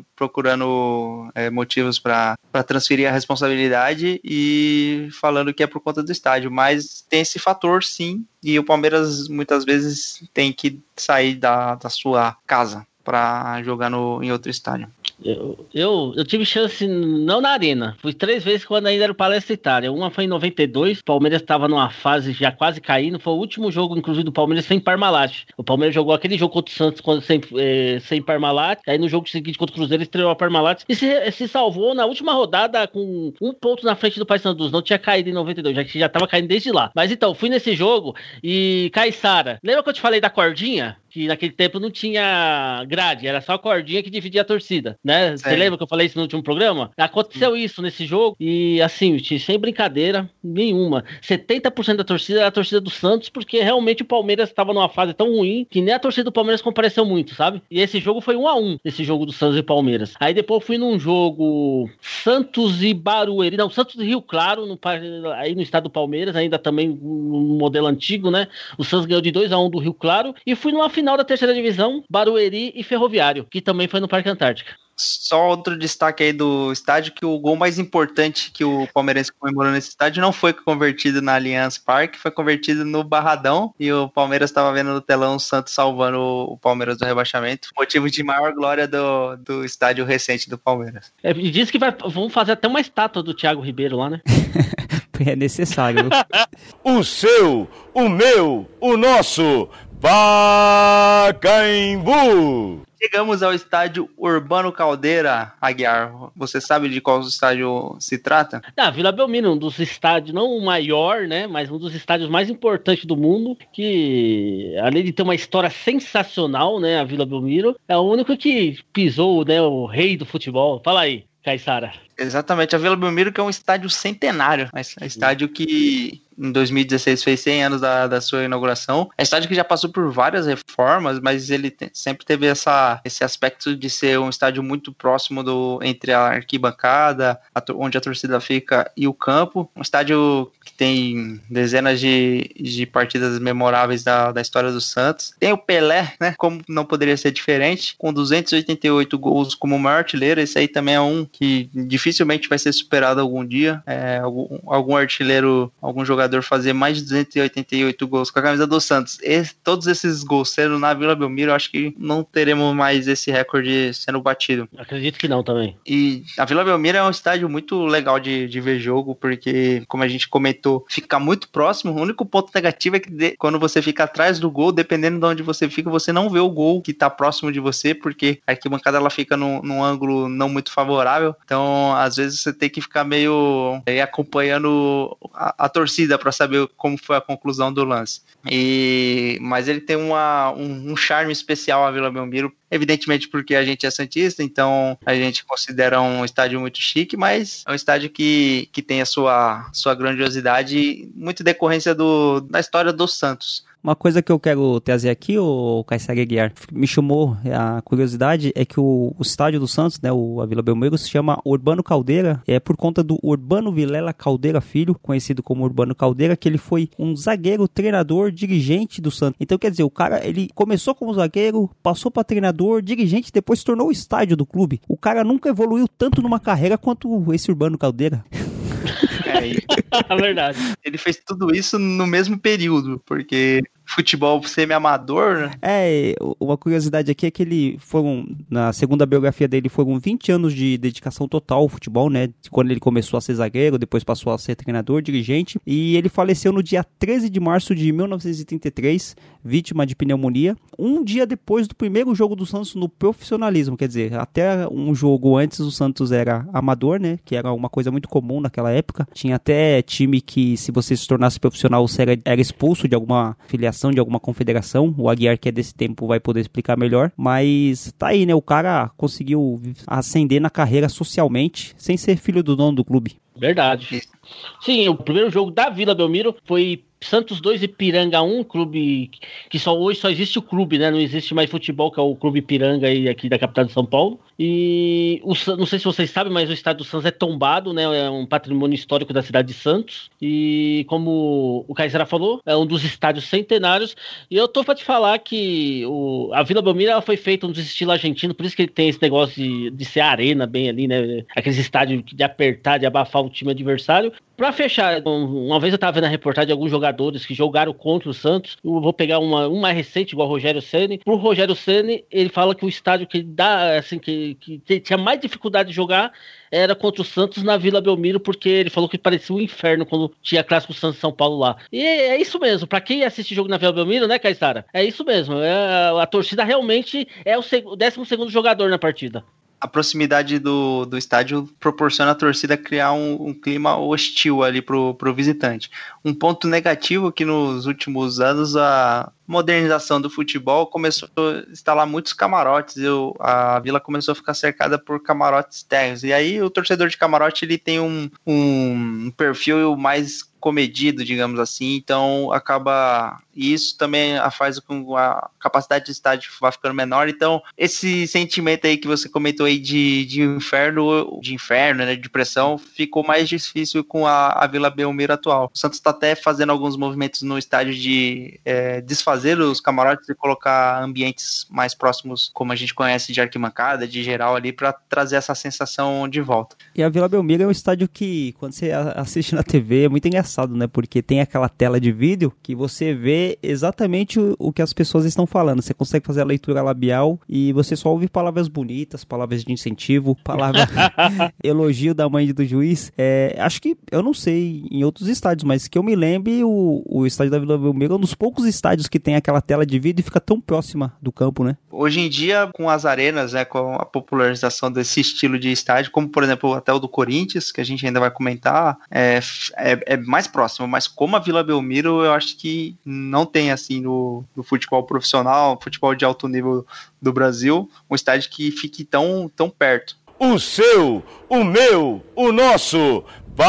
procurando motivos para transferir a responsabilidade e falando que é por conta do estádio. Mas tem esse fator, sim, e o Palmeiras muitas vezes tem que sair da sua casa para jogar em outro estádio. Eu tive chance não na Arena, fui 3 vezes quando ainda era o Palestra Itália. Uma foi em 92, o Palmeiras estava numa fase já quase caindo, foi o último jogo inclusive do Palmeiras sem Parmalat. O Palmeiras jogou aquele jogo contra o Santos sem Parmalat, aí no jogo seguinte contra o Cruzeiro estreou a Parmalat e se salvou na última rodada com 1 ponto na frente do Paysandu. Não tinha caído em 92, já estava caindo desde lá. Mas então, fui nesse jogo e Caiçara, lembra que eu te falei da cordinha? Que naquele tempo não tinha grade, era só a cordinha que dividia a torcida, né? Você lembra que eu falei isso no último programa? Aconteceu isso nesse jogo e assim, sem brincadeira nenhuma, 70% da torcida era a torcida do Santos, porque realmente o Palmeiras estava numa fase tão ruim que nem a torcida do Palmeiras compareceu muito, sabe? E esse jogo foi 1-1, esse jogo do Santos e Palmeiras. Aí depois eu fui num jogo Santos e Barueri, não, Santos e Rio Claro, aí no estado do Palmeiras, ainda também no modelo antigo, né? O Santos ganhou de 2-1 do Rio Claro e fui numa final da terceira divisão, Barueri e Ferroviário, que também foi no Parque Antártica. Só outro destaque aí do estádio, que o gol mais importante que o palmeirense comemorou nesse estádio não foi convertido na Allianz Parque, foi convertido no Barradão, e o Palmeiras estava vendo no telão o Santos salvando o Palmeiras do rebaixamento, motivo de maior glória do estádio recente do Palmeiras. Diz que vamos fazer até uma estátua do Thiago Ribeiro lá, né? É necessário. O seu, o meu, o nosso Pacaembu. Chegamos ao estádio Urbano Caldeira, Aguiar. Você sabe de qual estádio se trata? Vila Belmiro, um dos estádios, não o maior, né, mas um dos estádios mais importantes do mundo, que além de ter uma história sensacional, né, a Vila Belmiro, é o único que pisou, né, o rei do futebol. Fala aí, Caiçara. Exatamente, a Vila Belmiro, que é um estádio centenário, é um estádio que em 2016 fez 100 anos da sua inauguração. É um estádio que já passou por várias reformas, mas ele sempre teve esse aspecto de ser um estádio muito próximo entre a arquibancada, onde a torcida fica, e o campo. Um estádio que tem dezenas de partidas memoráveis da história do Santos. Tem o Pelé, né? Como não poderia ser diferente, com 288 gols como o maior artilheiro. Esse aí também é um que dificilmente vai ser superado algum dia. Algum artilheiro, algum jogador fazer mais de 288 gols com a camisa do Santos. Todos esses gols sendo na Vila Belmiro, eu acho que não teremos mais esse recorde sendo batido. Acredito que não também. E a Vila Belmiro é um estádio muito legal de ver jogo, porque, como a gente comentou, fica muito próximo. O único ponto negativo é que quando você fica atrás do gol, dependendo de onde você fica, você não vê o gol que tá próximo de você, porque a arquibancada ela fica num ângulo não muito favorável. Então, às vezes, você tem que ficar meio acompanhando a torcida para saber como foi a conclusão do lance. Mas ele tem um charme especial, a Vila Belmiro, evidentemente porque a gente é santista, então a gente considera um estádio muito chique, mas é um estádio que tem a sua grandiosidade, muito decorrência da história do Santos. Uma coisa que eu quero trazer aqui, o Caiçara Aguiar, me chamou a curiosidade, é que o estádio do Santos, né, a Vila Belmiro, se chama Urbano Caldeira, por conta do Urbano Vilela Caldeira Filho, conhecido como Urbano Caldeira, que ele foi um zagueiro, treinador, dirigente do Santos. Então, quer dizer, o cara, ele começou como zagueiro, passou para treinador, dirigente, depois se tornou o estádio do clube. O cara nunca evoluiu tanto numa carreira quanto esse Urbano Caldeira. É verdade. Ele fez tudo isso no mesmo período, porque futebol semi-amador, né? Uma curiosidade aqui é que na segunda biografia dele, foram 20 anos de dedicação total ao futebol, né? Quando ele começou a ser zagueiro, depois passou a ser treinador, dirigente, e ele faleceu no dia 13 de março de 1933, vítima de pneumonia, um dia depois do primeiro jogo do Santos no profissionalismo, quer dizer, até um jogo antes o Santos era amador, né? Que era uma coisa muito comum naquela época, tinha até time que, se você se tornasse profissional, você era expulso de alguma filiação, de alguma confederação. O Aguiar, que é desse tempo, vai poder explicar melhor. Mas tá aí, né? O cara conseguiu ascender na carreira socialmente, sem ser filho do dono do clube. Verdade. Sim, o primeiro jogo da Vila Belmiro foi Santos 2 e Ipiranga 1, clube que hoje só existe o clube, né? Não existe mais futebol, que é o Clube Ipiranga aí aqui da capital de São Paulo. E não sei se vocês sabem, mas o estádio do Santos é tombado, né? É um patrimônio histórico da cidade de Santos. E como o Caizara falou, é um dos estádios centenários. E eu tô pra te falar que a Vila Belmiro ela foi feita nos estilos argentinos, por isso que ele tem esse negócio de ser arena bem ali, né? Aqueles estádios de apertar, de abafar o time adversário. Pra fechar, uma vez eu tava vendo a reportagem de alguns jogadores que jogaram contra o Santos. Eu vou pegar um mais recente, igual o Rogério Ceni. Pro Rogério Ceni, ele fala que o estádio que dá, assim, que tinha mais dificuldade de jogar era contra o Santos na Vila Belmiro, porque ele falou que parecia um inferno quando tinha clássico Santos São Paulo lá. E é isso mesmo, pra quem assiste jogo na Vila Belmiro, né, Caissara? É isso mesmo, a torcida realmente é o 12º jogador na partida. A proximidade do estádio proporciona a torcida criar um clima hostil ali pro visitante. Um ponto negativo que nos últimos anos a modernização do futebol começou a instalar muitos camarotes, a Vila começou a ficar cercada por camarotes térreos, e aí o torcedor de camarote ele tem um perfil mais comedido, digamos assim, então isso também faz com que a capacidade do estádio vá ficando menor. Então esse sentimento aí que você comentou aí de inferno, né, de pressão, ficou mais difícil com a Vila Belmiro atual. O Santos está até fazendo alguns movimentos no estádio de desfazer os camarotes e colocar ambientes mais próximos, como a gente conhece, de arquibancada, de geral ali, para trazer essa sensação de volta. E a Vila Belmiro é um estádio que, quando você assiste na TV, é muito engraçado, né? Porque tem aquela tela de vídeo que você vê exatamente o que as pessoas estão falando. Você consegue fazer a leitura labial e você só ouve palavras bonitas, palavras de incentivo, palavra elogio da mãe do juiz. Acho que, eu não sei em outros estádios, mas que eu me lembre, o estádio da Vila Belmiro é um dos poucos estádios que tem aquela tela de vídeo e fica tão próxima do campo, né? Hoje em dia, com as arenas, né, com a popularização desse estilo de estádio, como por exemplo até o do Corinthians, que a gente ainda vai comentar, é mais próximo, mas como a Vila Belmiro, eu acho que não tem assim no futebol profissional, futebol de alto nível do Brasil, um estádio que fique tão perto. O seu, o meu, o nosso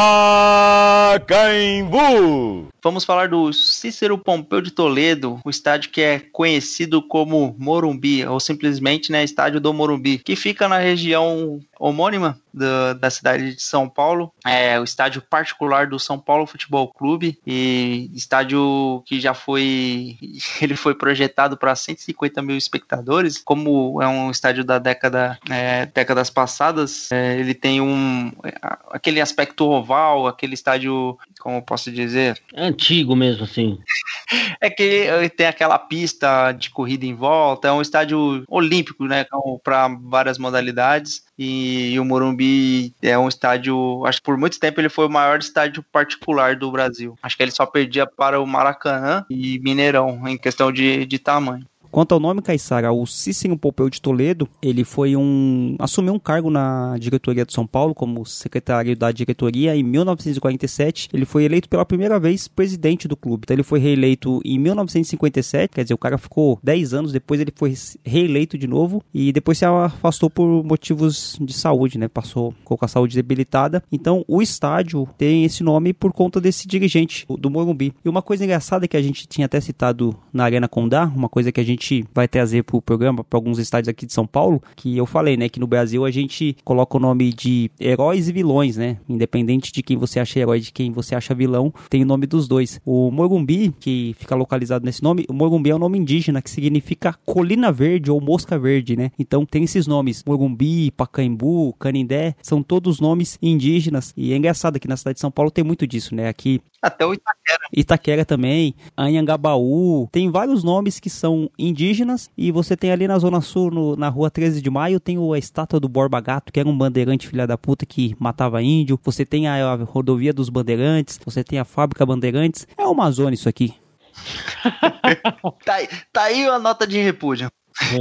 Pacaembu. Vamos falar do Cícero Pompeu de Toledo, o estádio que é conhecido como Morumbi, ou simplesmente, né, Estádio do Morumbi, que fica na região homônima da cidade de São Paulo. É o estádio particular do São Paulo Futebol Clube, e estádio que ele foi projetado para 150 mil espectadores. Como é um estádio da décadas passadas, ele tem aquele aspecto oval, aquele estádio, como eu posso dizer, antigo mesmo, assim. É que tem aquela pista de corrida em volta, é um estádio olímpico, né, para várias modalidades, e o Morumbi é um estádio, acho que por muito tempo ele foi o maior estádio particular do Brasil. Acho que ele só perdia para o Maracanã e Mineirão, em questão de tamanho. Quanto ao nome, Caissara, o Cícero Pompeu de Toledo, ele assumiu um cargo na diretoria de São Paulo como secretário da diretoria em 1947. Ele foi eleito pela primeira vez presidente do clube. Então ele foi reeleito em 1957, quer dizer, o cara ficou 10 anos depois, ele foi reeleito de novo e depois se afastou por motivos de saúde, né? Ficou com a saúde debilitada. Então o estádio tem esse nome por conta desse dirigente do Morumbi. E uma coisa engraçada que a gente tinha até citado na Arena Condá, uma coisa que a gente vai trazer para o programa, para alguns estádios aqui de São Paulo, que eu falei, né, que no Brasil a gente coloca o nome de heróis e vilões, né, independente de quem você acha herói e de quem você acha vilão, tem o nome dos dois. O Morumbi, que fica localizado nesse nome, o Morumbi é um nome indígena que significa colina verde ou mosca verde, né, então tem esses nomes, Morumbi, Pacaembu, Canindé, são todos nomes indígenas, e é engraçado que na cidade de São Paulo tem muito disso, né, aqui Até o Itaquera. Itaquera também, Anhangabaú, tem vários nomes que são indígenas, e você tem ali na Zona Sul, na rua 13 de Maio, tem a estátua do Borba Gato, que era um bandeirante filha da puta que matava índio, você tem a rodovia dos Bandeirantes, você tem a fábrica Bandeirantes, é uma zona isso aqui. Tá aí a nota de repúdio.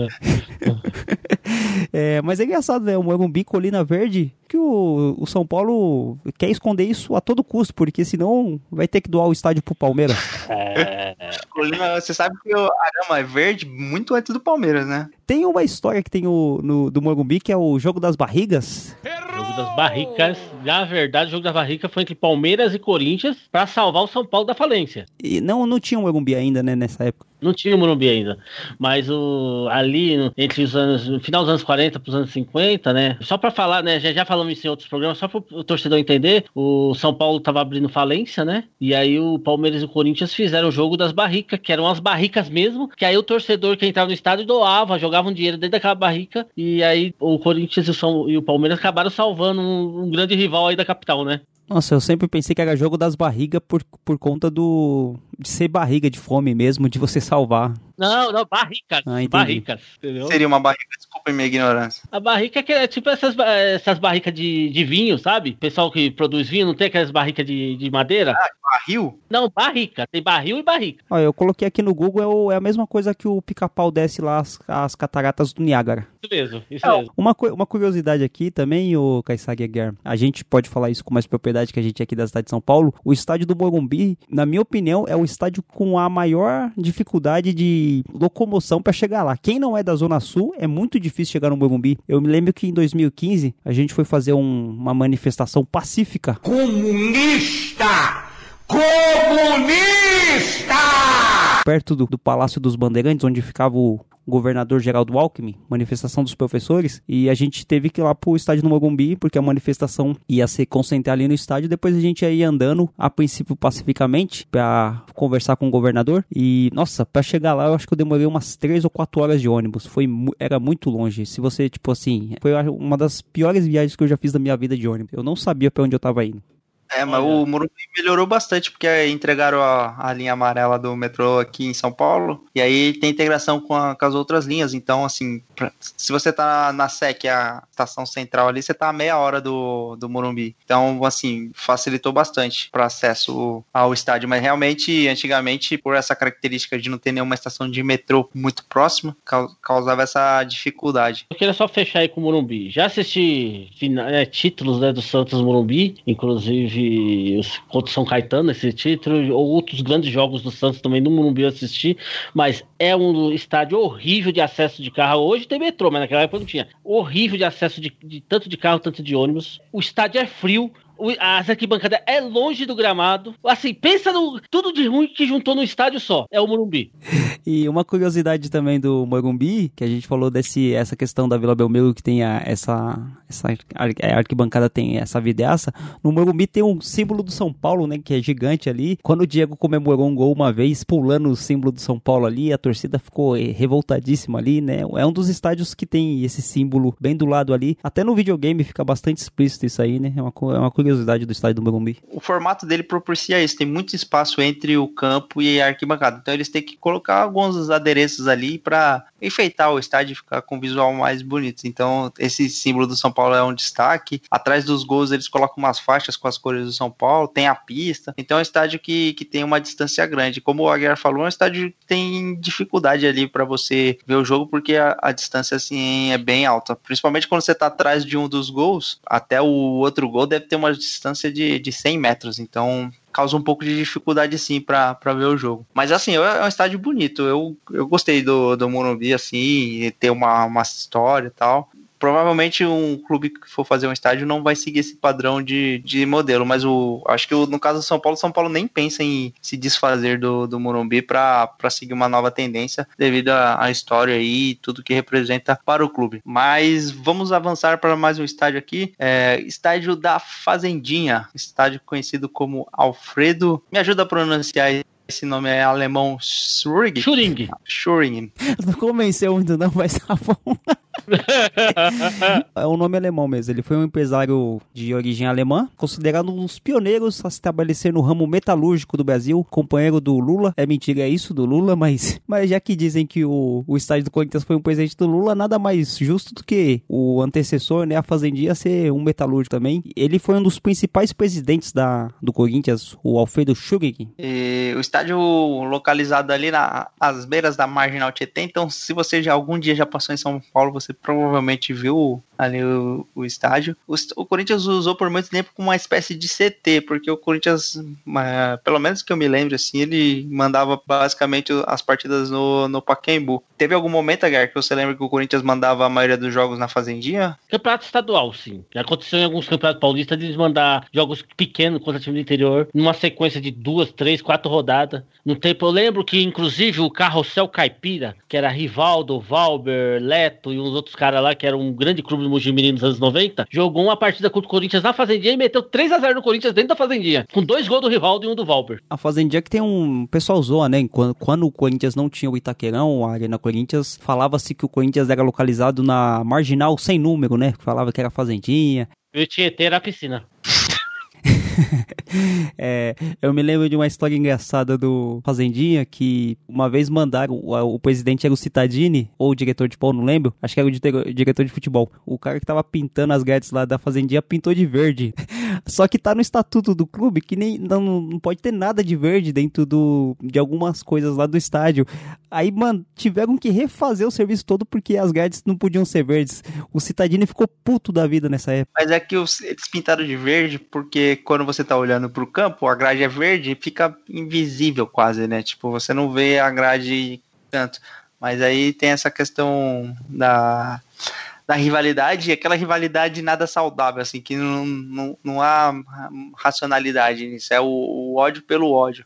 Mas é engraçado, né? O Morumbi, Colina Verde, que o São Paulo quer esconder isso a todo custo, porque senão vai ter que doar o estádio pro Palmeiras. Colina, você sabe que o Arama é verde muito antes do Palmeiras, né? Tem uma história que tem do Morumbi, que é o Jogo das Barrigas. O Jogo das Barricas, na verdade, o Jogo das Barricas foi entre Palmeiras e Corinthians pra salvar o São Paulo da falência. E não tinha um Morumbi ainda, né, nessa época. Não tinha o Morumbi ainda, mas ali, entre os anos, no final dos anos 40 para os anos 50, né, só para falar, né, já falamos isso em outros programas, só para o torcedor entender, o São Paulo estava abrindo falência, né, e aí o Palmeiras e o Corinthians fizeram o Jogo das Barricas, que eram as barricas mesmo, que aí o torcedor que entrava no estádio doava, jogava um dinheiro dentro daquela barrica, e aí o Corinthians e o Palmeiras acabaram salvando um grande rival aí da capital, né. Nossa, eu sempre pensei que era Jogo das Barrigas por conta de ser barriga de fome mesmo, de você salvar. Não, barricas. Barricas, entendeu? Seria uma barrica, desculpa minha ignorância. A barrica é tipo essas barricas de vinho, sabe? Pessoal que produz vinho, não tem aquelas barricas de madeira? Barril? Não, barrica. Tem barril e barrica. Olha, eu coloquei aqui no Google, é a mesma coisa que o Pica-Pau desce lá as cataratas do Niágara. Isso mesmo. Uma curiosidade aqui também, o Kaysag Guerra, a gente pode falar isso com mais propriedade que a gente é aqui da cidade de São Paulo, o estádio do Morumbi, na minha opinião, é o estádio com a maior dificuldade de locomoção para chegar lá. Quem não é da Zona Sul, é muito difícil chegar no Morumbi. Eu me lembro que em 2015, a gente foi fazer uma manifestação pacífica. Comunista! Perto do Palácio dos Bandeirantes, onde ficava o governador Geraldo Alckmin, manifestação dos professores, e a gente teve que ir lá pro estádio do Morumbi, porque a manifestação ia se concentrar ali no estádio, depois a gente ia andando, a princípio pacificamente, pra conversar com o governador, e nossa, pra chegar lá eu acho que eu demorei umas 3 ou 4 horas de ônibus, era muito longe. Se você, tipo assim, foi uma das piores viagens que eu já fiz da minha vida de ônibus, eu não sabia pra onde eu tava indo. Mas o Morumbi melhorou bastante, porque entregaram a linha amarela do metrô aqui em São Paulo, e aí tem integração com as outras linhas, então, assim, se você tá na SEC, a estação central ali, você tá a meia hora do Morumbi. Então, assim, facilitou bastante para acesso ao estádio, mas realmente, antigamente, por essa característica de não ter nenhuma estação de metrô muito próxima, causava essa dificuldade. Eu queria só fechar aí com o Morumbi. Já assisti títulos, né, do Santos Morumbi, inclusive contra o São Caetano, esse título, ou outros grandes jogos do Santos também no Morumbi eu assisti, mas é um estádio horrível de acesso de carro. Hoje tem metrô, mas naquela época não tinha. Horrível de acesso tanto de carro, tanto de ônibus. O estádio é frio. As arquibancadas é longe do gramado. Assim, pensa no tudo de ruim que juntou no estádio só. É o Morumbi. E uma curiosidade também do Morumbi, que a gente falou essa questão da Vila Belmiro, que tem a arquibancada tem essa vidraça. No Morumbi tem um símbolo do São Paulo, né, que é gigante ali. Quando o Diego comemorou um gol uma vez, pulando o símbolo do São Paulo ali, a torcida ficou revoltadíssima ali, né? É um dos estádios que tem esse símbolo bem do lado ali. Até no videogame fica bastante explícito isso aí, né? É uma curiosidade do estádio do Morumbi. O formato dele propicia isso, tem muito espaço entre o campo e a arquibancada, então eles têm que colocar alguns adereços ali para enfeitar o estádio e ficar com um visual mais bonito. Então esse símbolo do São Paulo é um destaque. Atrás dos gols eles colocam umas faixas com as cores do São Paulo, tem a pista, então é um estádio que tem uma distância grande. Como o Aguiar falou, é um estádio que tem dificuldade ali para você ver o jogo, porque a distância assim é bem alta, principalmente quando você tá atrás de um dos gols, até o outro gol deve ter uma distância de 100 metros, então causa um pouco de dificuldade sim pra ver o jogo. Mas assim, é um estádio bonito, eu gostei do Morumbi, assim, ter uma história e tal. Provavelmente um clube que for fazer um estádio não vai seguir esse padrão de modelo, mas acho que no caso do São Paulo nem pensa em se desfazer do Morumbi para seguir uma nova tendência devido à história e tudo que representa para o clube. Mas vamos avançar para mais um estádio aqui, estádio da Fazendinha, estádio conhecido como Alfredo. Me ajuda a pronunciar esse nome é alemão, Schuring. Não convenceu muito não, mas tá bom. É um nome alemão mesmo. Ele foi um empresário de origem alemã, considerado um dos pioneiros a se estabelecer no ramo metalúrgico do Brasil, companheiro do Lula. É mentira, é isso do Lula, mas já que dizem que o estádio do Corinthians foi um presente do Lula, nada mais justo do que o antecessor, né, a Fazendinha, ser um metalúrgico também. Ele foi um dos principais presidentes do Corinthians, o Alfredo Schurig. E o estádio localizado ali às beiras da Marginal Tietê, então se você já algum dia já passou em São Paulo, você provavelmente viu ali o estádio. O Corinthians usou por muito tempo como uma espécie de CT, porque o Corinthians, pelo menos que eu me lembro, assim, ele mandava basicamente as partidas no Pacaembu. Teve algum momento, Aguiar, que você lembra que o Corinthians mandava a maioria dos jogos na Fazendinha? Campeonato estadual, sim. Aconteceu em alguns campeonatos paulistas de eles mandar jogos pequenos contra time do interior, numa sequência de 2, 3, 4 rodadas. No tempo, eu lembro que, inclusive, o Carrossel Caipira, que era Rivaldo, Valber, Leto e uns outros caras lá, que era um grande clube do Mojimirim nos anos 90, jogou uma partida contra o Corinthians na Fazendinha e meteu 3-0 no Corinthians dentro da Fazendinha, com 2 gols do Rivaldo e um do Valber. A Fazendinha que tem um... O pessoal zoa, né? Quando o Corinthians não tinha o Itaquerão, a Arena Corinthians, falava-se que o Corinthians era localizado na Marginal sem número, né? Falava que era Fazendinha. E o Tietê era a piscina. Eu me lembro de uma história engraçada do Fazendinha, que uma vez mandaram, o presidente era o Cittadini, ou o diretor de futebol, não lembro, acho que era o diretor de futebol, o cara que tava pintando as grades lá da Fazendinha pintou de verde, só que tá no estatuto do clube que não pode ter nada de verde dentro de algumas coisas lá do estádio. Aí, mano, tiveram que refazer o serviço todo porque as grades não podiam ser verdes. O Cittadini ficou puto da vida nessa época. Mas é que eles pintaram de verde porque quando você tá olhando pro campo, a grade é verde e fica invisível quase, né? Tipo, você não vê a grade tanto. Mas aí tem essa questão da rivalidade, e aquela rivalidade nada saudável, assim, que não há racionalidade nisso, é o ódio pelo ódio.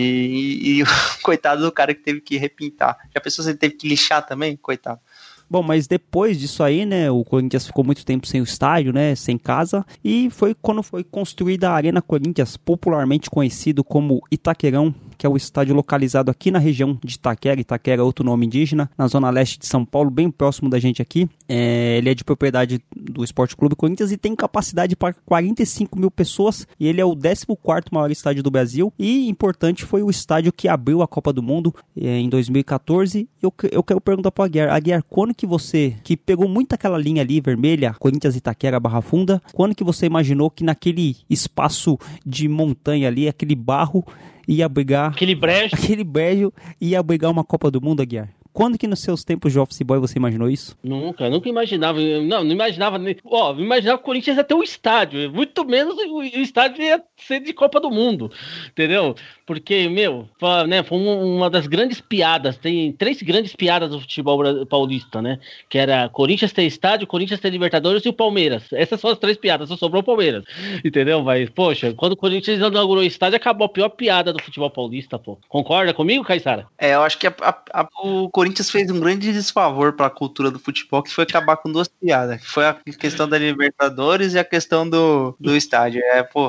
E coitado do cara que teve que repintar. Já pensou se ele teve que lixar também? Coitado. Bom, mas depois disso aí, né, o Corinthians ficou muito tempo sem o estádio, né, sem casa, e foi quando foi construída a Arena Corinthians, popularmente conhecido como Itaquerão, que é o estádio localizado aqui na região de Itaquera. Itaquera é outro nome indígena, na zona leste de São Paulo, bem próximo da gente aqui. Ele é de propriedade do Esporte Clube Corinthians e tem capacidade para 45 mil pessoas, e ele é o 14º maior estádio do Brasil, e importante, foi o estádio que abriu a Copa do Mundo em 2014. Eu quero perguntar para o Aguiar, quando que você, que pegou muito aquela linha ali, vermelha, Corinthians, Itaquera, Barra Funda, quando que você imaginou que naquele espaço de montanha ali, aquele barro, ia abrigar... Aquele brejo ia abrigar uma Copa do Mundo, Aguiar? Quando que nos seus tempos de office boy você imaginou isso? Nunca imaginava. Não imaginava. Não imaginava que o Corinthians ia ter um estádio. Muito menos o estádio ia ser de Copa do Mundo. Entendeu? Porque, foi uma das grandes piadas. Tem 3 grandes piadas do futebol paulista, né? Que era Corinthians ter estádio, Corinthians ter Libertadores e o Palmeiras. Essas são as 3 piadas, só sobrou o Palmeiras. Entendeu? Mas, poxa, quando o Corinthians inaugurou o estádio, acabou a pior piada do futebol paulista, pô. Concorda comigo, Caissara? Eu acho que o Corinthians fez um grande desfavor para a cultura do futebol, que foi acabar com 2 piadas, que foi a questão da Libertadores e a questão do estádio.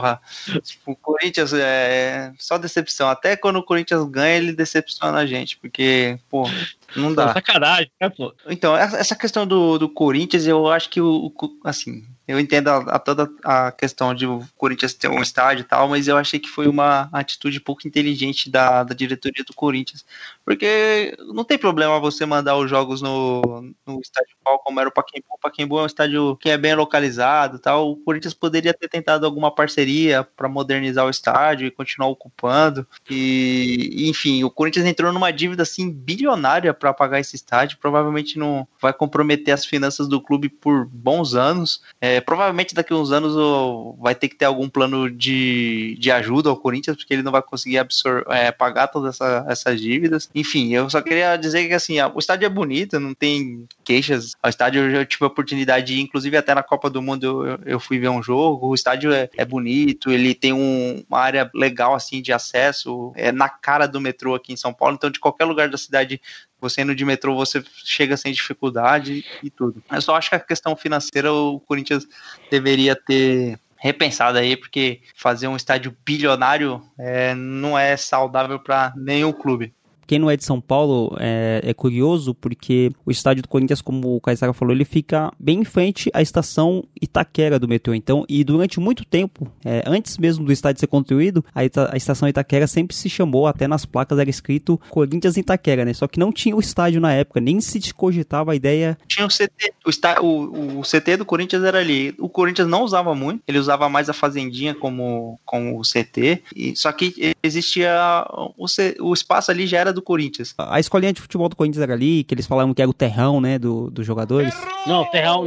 O Corinthians é só decepção. Até quando o Corinthians ganha, ele decepciona a gente, porque, não dá. Sacanagem, né, pô? Então, essa questão do Corinthians, eu acho que assim, eu entendo toda a questão de o Corinthians ter um estádio e tal, mas eu achei que foi uma atitude pouco inteligente da diretoria do Corinthians, porque não tem problema você mandar os jogos no estádio como era o Pacaembu. O Pacaembu é um estádio que é bem localizado e tal. O Corinthians poderia ter tentado alguma parceria para modernizar o estádio e continuar ocupando. E, enfim, o Corinthians entrou numa dívida assim bilionária para pagar esse estádio. Provavelmente não vai comprometer as finanças do clube por bons anos. Provavelmente daqui a uns anos vai ter que ter algum plano de ajuda ao Corinthians, porque ele não vai conseguir pagar todas essas dívidas. Enfim, eu só queria dizer que assim, o estádio é bonito, não tem queixas. O estádio eu tive a oportunidade de ir, inclusive até na Copa do Mundo eu fui ver um jogo. O estádio é bonito, ele tem uma área legal assim de acesso, na cara do metrô aqui em São Paulo, então de qualquer lugar da cidade, você indo de metrô, você chega sem dificuldade e tudo. Eu só acho que a questão financeira o Corinthians deveria ter repensada aí, porque fazer um estádio bilionário não é saudável para nenhum clube. Quem não é de São Paulo é curioso porque o estádio do Corinthians, como o Caissara falou, ele fica bem em frente à estação Itaquera do metrô. Então, e durante muito tempo, antes mesmo do estádio ser construído, a estação Itaquera sempre se chamou, até nas placas era escrito Corinthians Itaquera, né? Só que não tinha o estádio na época, nem se cogitava a ideia. Tinha o CT, o CT do Corinthians era ali. O Corinthians não usava muito, ele usava mais a Fazendinha como o CT, só que existia o espaço ali já era do Corinthians. A escolinha de futebol do Corinthians era ali, que eles falavam que era o terrão, né, dos jogadores. Não, terrão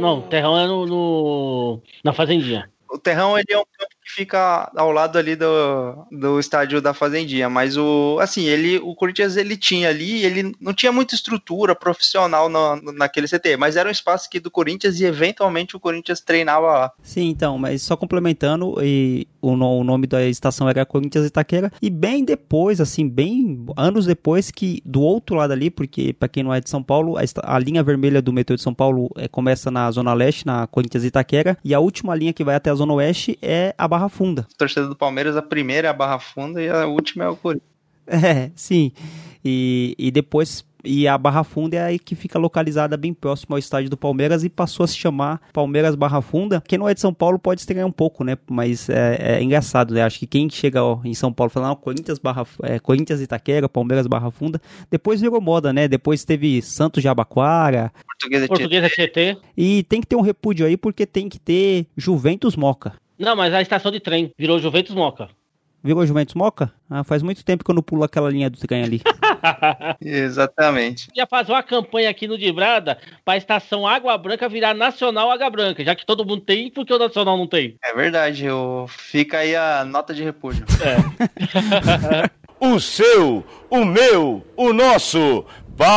é na Fazendinha. O terrão, ele é um campo que fica ao lado ali do estádio da Fazendinha, mas o Corinthians, ele tinha ali, ele não tinha muita estrutura profissional naquele CT, mas era um espaço aqui do Corinthians e eventualmente o Corinthians treinava lá. Sim, então, mas só complementando, o nome da estação era Corinthians Itaquera, e bem depois, assim, bem anos depois, que do outro lado ali, porque pra quem não é de São Paulo, a linha vermelha do metrô de São Paulo começa na Zona Leste, na Corinthians Itaquera, e a última linha que vai até a Zona Oeste é a Barra Funda. Torcida do Palmeiras, a primeira é a Barra Funda e a última é o Corinthians. Sim. E depois... E a Barra Funda é aí que fica localizada bem próximo ao estádio do Palmeiras e passou a se chamar Palmeiras Barra Funda. Quem não é de São Paulo pode estranhar um pouco, né? Mas é engraçado, né? Acho que quem chega em São Paulo falando Corinthians Itaquera, Palmeiras Barra Funda, depois virou moda, né? Depois teve Santos de Abaquara, Portuguesa Tietê. E tem que ter um repúdio aí porque tem que ter Juventus Moca. Não, mas a estação de trem virou Juventus Moca. Virou Juventus Moca? Faz muito tempo que eu não pulo aquela linha do trem ali. Exatamente. Ia fazer uma campanha aqui no Dibrada para a estação Água Branca virar Nacional Água Branca, já que todo mundo tem, por que o Nacional não tem? É verdade, fica aí a nota de repúdio. O seu, o meu, o nosso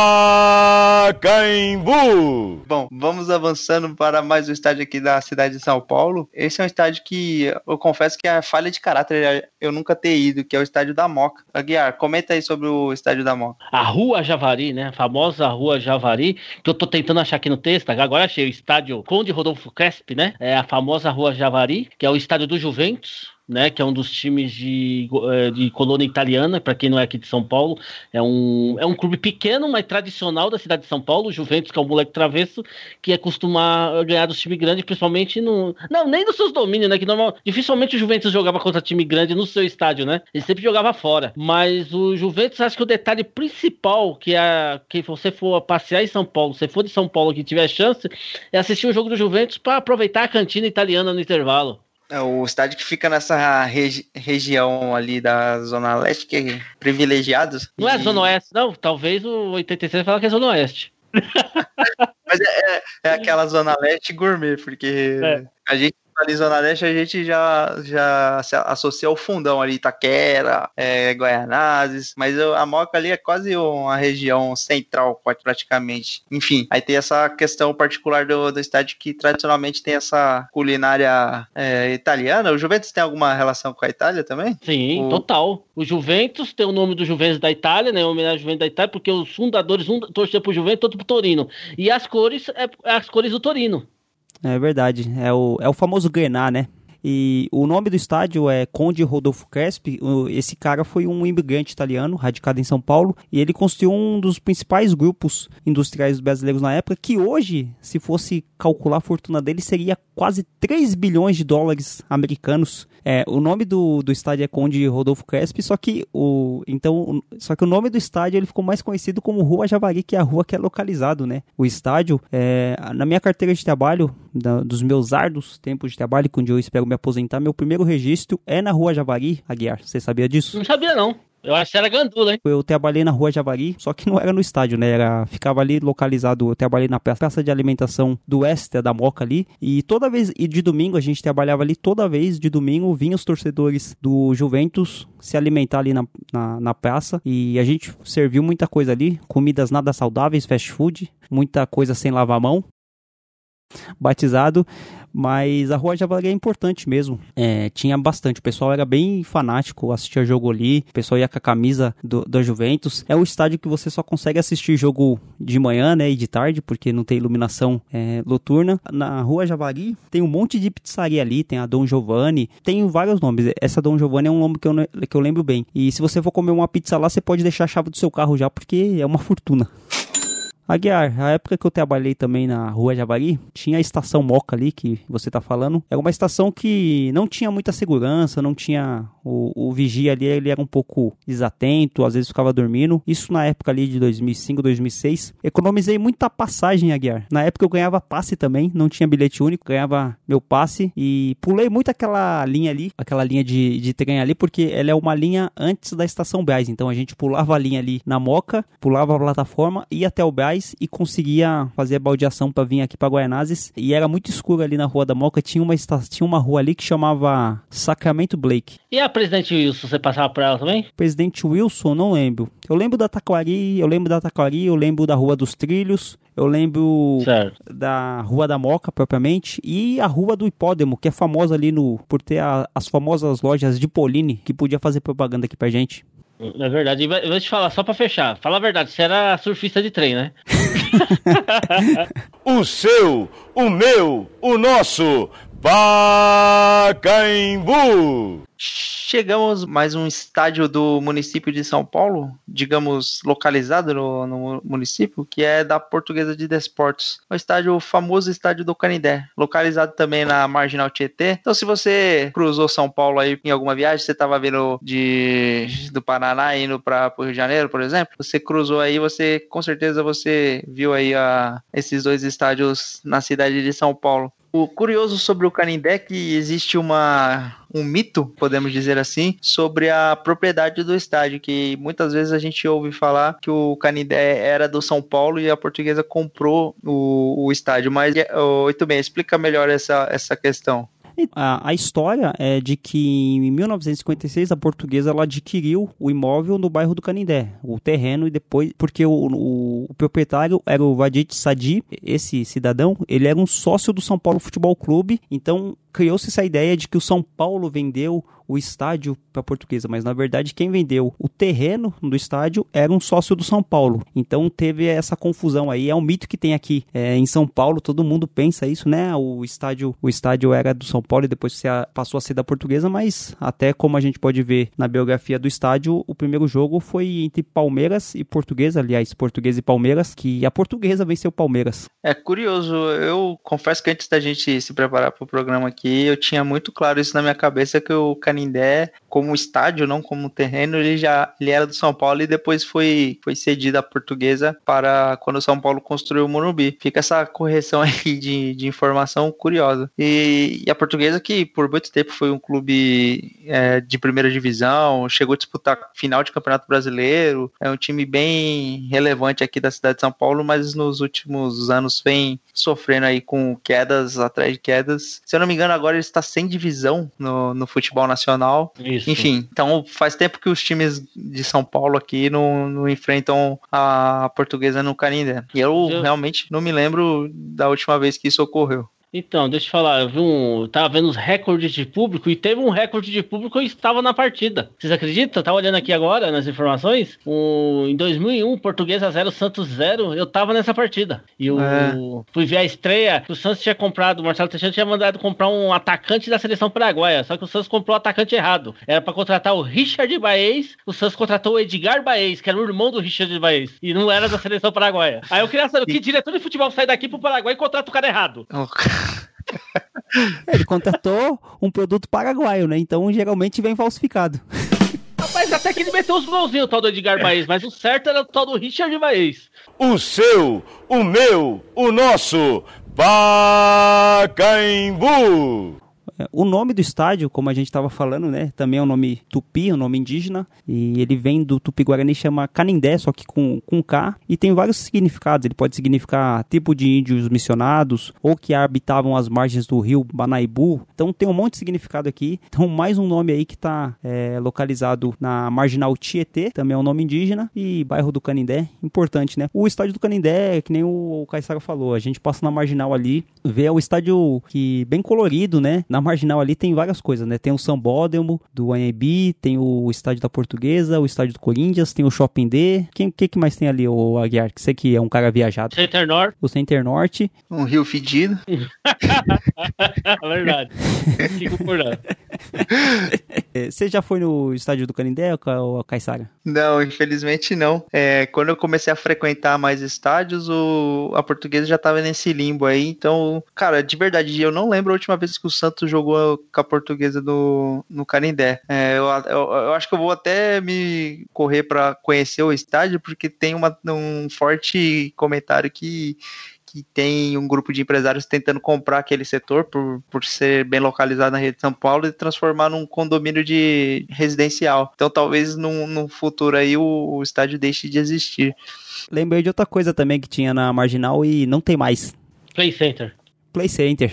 Pacaembu. Bom, vamos avançando para mais um estádio aqui da cidade de São Paulo. Esse é um estádio que eu confesso que é falha de caráter eu nunca ter ido, que é o estádio da Moca. Aguiar, comenta aí sobre o estádio da Moca. A Rua Javari, né? A famosa Rua Javari, que eu tô tentando achar aqui no texto, agora achei o estádio Conde Rodolfo Crespi, né? É a famosa Rua Javari, que é o estádio do Juventus, né, que é um dos times de colônia italiana, para quem não é aqui de São Paulo, é um clube pequeno, mas tradicional da cidade de São Paulo, o Juventus, que é um moleque travesso, que costuma ganhar dos times grandes, principalmente nem nos seus domínios, né, que dificilmente o Juventus jogava contra time grande no seu estádio, né, ele sempre jogava fora, mas o Juventus, acho que o detalhe principal, que você for passear em São Paulo, se for de São Paulo que tiver chance, é assistir o jogo do Juventus para aproveitar a cantina italiana no intervalo. É o estádio que fica nessa região ali da Zona Leste, que é privilegiados. Não é Zona Oeste, não. Talvez o 86 fala que é Zona Oeste. Mas é aquela Zona Leste gourmet, porque a gente ali Zona Leste, a gente já se associa ao fundão ali, Itaquera, Guaianazes, mas a Moca ali é quase uma região central, praticamente. Enfim, aí tem essa questão particular do estádio que tradicionalmente tem essa culinária italiana. O Juventus tem alguma relação com a Itália também? Sim, total. O Juventus tem o nome do Juventus da Itália, né? Em homenagem ao Juventus da Itália, porque os fundadores, um torcia pro Juventus, outro pro Torino. E as cores, as cores do Torino. É verdade, é o famoso Grená, né? E o nome do estádio é Conde Rodolfo Crespi. Esse cara foi um imigrante italiano, radicado em São Paulo, e ele construiu um dos principais grupos industriais brasileiros na época, que hoje, se fosse calcular a fortuna dele, seria quase 3 bilhões de dólares americanos. O nome do estádio é Conde Rodolfo Crespi, só que o nome do estádio ele ficou mais conhecido como Rua Javari, que é a rua que é localizado, né? O estádio, na minha carteira de trabalho, dos meus árduos tempos de trabalho, onde eu espero me aposentar, meu primeiro registro é na Rua Javari, Aguiar. Você sabia disso? Não sabia, não. Eu acho que era Gandula, hein? Eu trabalhei na Rua Javari, só que não era no estádio, né? Ficava ali localizado, eu trabalhei na praça de alimentação do Extra, da Moca ali, e toda vez, e de domingo, a gente trabalhava ali, toda vez de domingo, vinham os torcedores do Juventus se alimentar ali na praça, e a gente serviu muita coisa ali, comidas nada saudáveis, fast food, muita coisa sem lavar a mão. batizado. Mas a Rua Javari é importante mesmo. Tinha bastante. O pessoal era bem fanático, assistia jogo ali. O pessoal ia com a camisa da Juventus. É um estádio que você só consegue assistir jogo de manhã, né, e de tarde, porque não tem iluminação noturna. Na Rua Javari tem um monte de pizzaria ali. Tem a Dom Giovanni. Tem vários nomes. Essa Dom Giovanni é um nome que eu lembro bem. E se você for comer uma pizza lá, você pode deixar a chave do seu carro já, porque é uma fortuna. Aguiar, a época que eu trabalhei também na Rua Javari, tinha a estação Moca ali, que você tá falando. Era uma estação que não tinha muita segurança, não tinha... O vigia ali, ele era um pouco desatento, às vezes ficava dormindo. Isso na época ali de 2005, 2006. Economizei muita passagem, Aguiar. Na época eu ganhava passe também, não tinha bilhete único, ganhava meu passe. E pulei muito aquela linha ali, aquela linha de trem ali, porque ela é uma linha antes da estação Brás. Então a gente pulava a linha ali na Moca, pulava a plataforma, ia até o Brás e conseguia fazer a baldeação para vir aqui para Guaianazes. E era muito escuro ali na Rua da Moca, tinha uma rua ali que chamava Sacramento Blake. E a Presidente Wilson, você passava por ela também? Presidente Wilson, não lembro. Eu lembro da Taquari, eu lembro da Rua dos Trilhos, eu lembro da Rua da Moca propriamente, e a Rua do Hipódromo, que é famosa ali por ter as famosas lojas de Pauline, que podia fazer propaganda aqui pra gente. É verdade, eu vou te falar, só pra fechar. Fala a verdade, você era surfista de trem, né? O seu, o meu, o nosso Pacaembu. Chegamos mais um estádio do município de São Paulo, digamos, localizado no município, que é da Portuguesa de Desportos. O famoso estádio do Canindé, localizado também na Marginal Tietê. Então, se você cruzou São Paulo aí em alguma viagem, você estava vindo do Paraná indo para o Rio de Janeiro, por exemplo, você cruzou aí, com certeza você viu aí esses dois estádios na cidade de São Paulo. O curioso sobre o Canindé é que existe um mito, podemos dizer assim, sobre a propriedade do estádio, que muitas vezes a gente ouve falar que o Canindé era do São Paulo e a Portuguesa comprou o estádio. Mas, 86, explica melhor essa questão. A história é de que em 1956 a Portuguesa ela adquiriu o imóvel no bairro do Canindé, o terreno, e depois, porque o proprietário era o Vadit Sadi, esse cidadão, ele era um sócio do São Paulo Futebol Clube, então criou-se essa ideia de que o São Paulo vendeu o estádio para a Portuguesa, mas na verdade quem vendeu o terreno do estádio era um sócio do São Paulo. Então teve essa confusão aí, é um mito que tem aqui em São Paulo, todo mundo pensa isso, né? O estádio era do São Paulo e depois passou a ser da Portuguesa, mas até como a gente pode ver na biografia do estádio, o primeiro jogo foi entre Palmeiras e Portuguesa, aliás, Portuguesa e Palmeiras, que a Portuguesa venceu o Palmeiras. É curioso, eu confesso que antes da gente se preparar para o programa aqui, eu tinha muito claro isso na minha cabeça, que o Canindé, como estádio, não como terreno, ele era do São Paulo e depois foi cedido à Portuguesa para quando o São Paulo construiu o Morumbi. Fica essa correção aí de informação curiosa. E a Portuguesa, que por muito tempo foi um clube de primeira divisão, chegou a disputar final de Campeonato Brasileiro, é um time bem relevante aqui da cidade de São Paulo, mas nos últimos anos vem sofrendo aí com quedas atrás de quedas. Se eu não me engano, agora ele está sem divisão no futebol nacional. Isso. Enfim, então faz tempo que os times de São Paulo aqui não enfrentam a Portuguesa no Canindé. E eu realmente não me lembro da última vez que isso ocorreu. Então, deixa eu falar, eu tava vendo os recordes de público e teve um recorde de público que eu estava na partida. Vocês acreditam? Eu tava olhando aqui agora nas informações. Em 2001, Portuguesa 0, Santos 0, eu tava nessa partida. E fui ver a estreia que o Santos tinha comprado, o Marcelo Teixeira tinha mandado comprar um atacante da seleção paraguaia, só que o Santos comprou o atacante errado. Era pra contratar o Richard Baez, o Santos contratou o Edgar Baez, que era o irmão do Richard Baez, e não era da seleção paraguaia. Aí eu queria saber, que diretor de futebol sai daqui pro Paraguai e contrata o cara errado? Ele contratou um produto paraguaio, né? Então geralmente vem falsificado. Rapaz, até que ele meteu os golzinhos, o tal do Edgar Baez, mas o certo era o tal do Richard Baez. O seu, o meu, o nosso Pacaembu. O nome do estádio, como a gente estava falando, né, também é um nome tupi, um nome indígena, e ele vem do tupi-guarani, chama Canindé, só que com K, e tem vários significados. Ele pode significar tipo de índios missionados, ou que habitavam as margens do rio Banaibu. Então tem um monte de significado aqui. Então mais um nome aí que está localizado na Marginal Tietê, também é um nome indígena, e bairro do Canindé, importante, né? O estádio do Canindé, que nem o Caissara falou, a gente passa na Marginal ali, vê o estádio que bem colorido, né? Na Marginal ali tem várias coisas, né? Tem o Sambódromo do Anhembi, tem o estádio da Portuguesa, o estádio do Corinthians, tem o Shopping D. Que mais tem ali, o Aguiar? Que você que é um cara viajado. Center Norte. O Center Norte. Um rio fedido. Verdade. Fico por lá. Você já foi no estádio do Canindé, ou Caissara? Não, infelizmente não. Quando eu comecei a frequentar mais estádios, a Portuguesa já tava nesse limbo aí. Então, cara, de verdade, eu não lembro a última vez que o Santos jogou com a Portuguesa no Canindé. Eu acho que eu vou até me correr para conhecer o estádio, porque tem um forte comentário que tem um grupo de empresários tentando comprar aquele setor por ser bem localizado na rede de São Paulo e transformar num condomínio de residencial. Então talvez no futuro aí o estádio deixe de existir. Lembrei de outra coisa também que tinha na Marginal e não tem mais. Play Center. Play Center.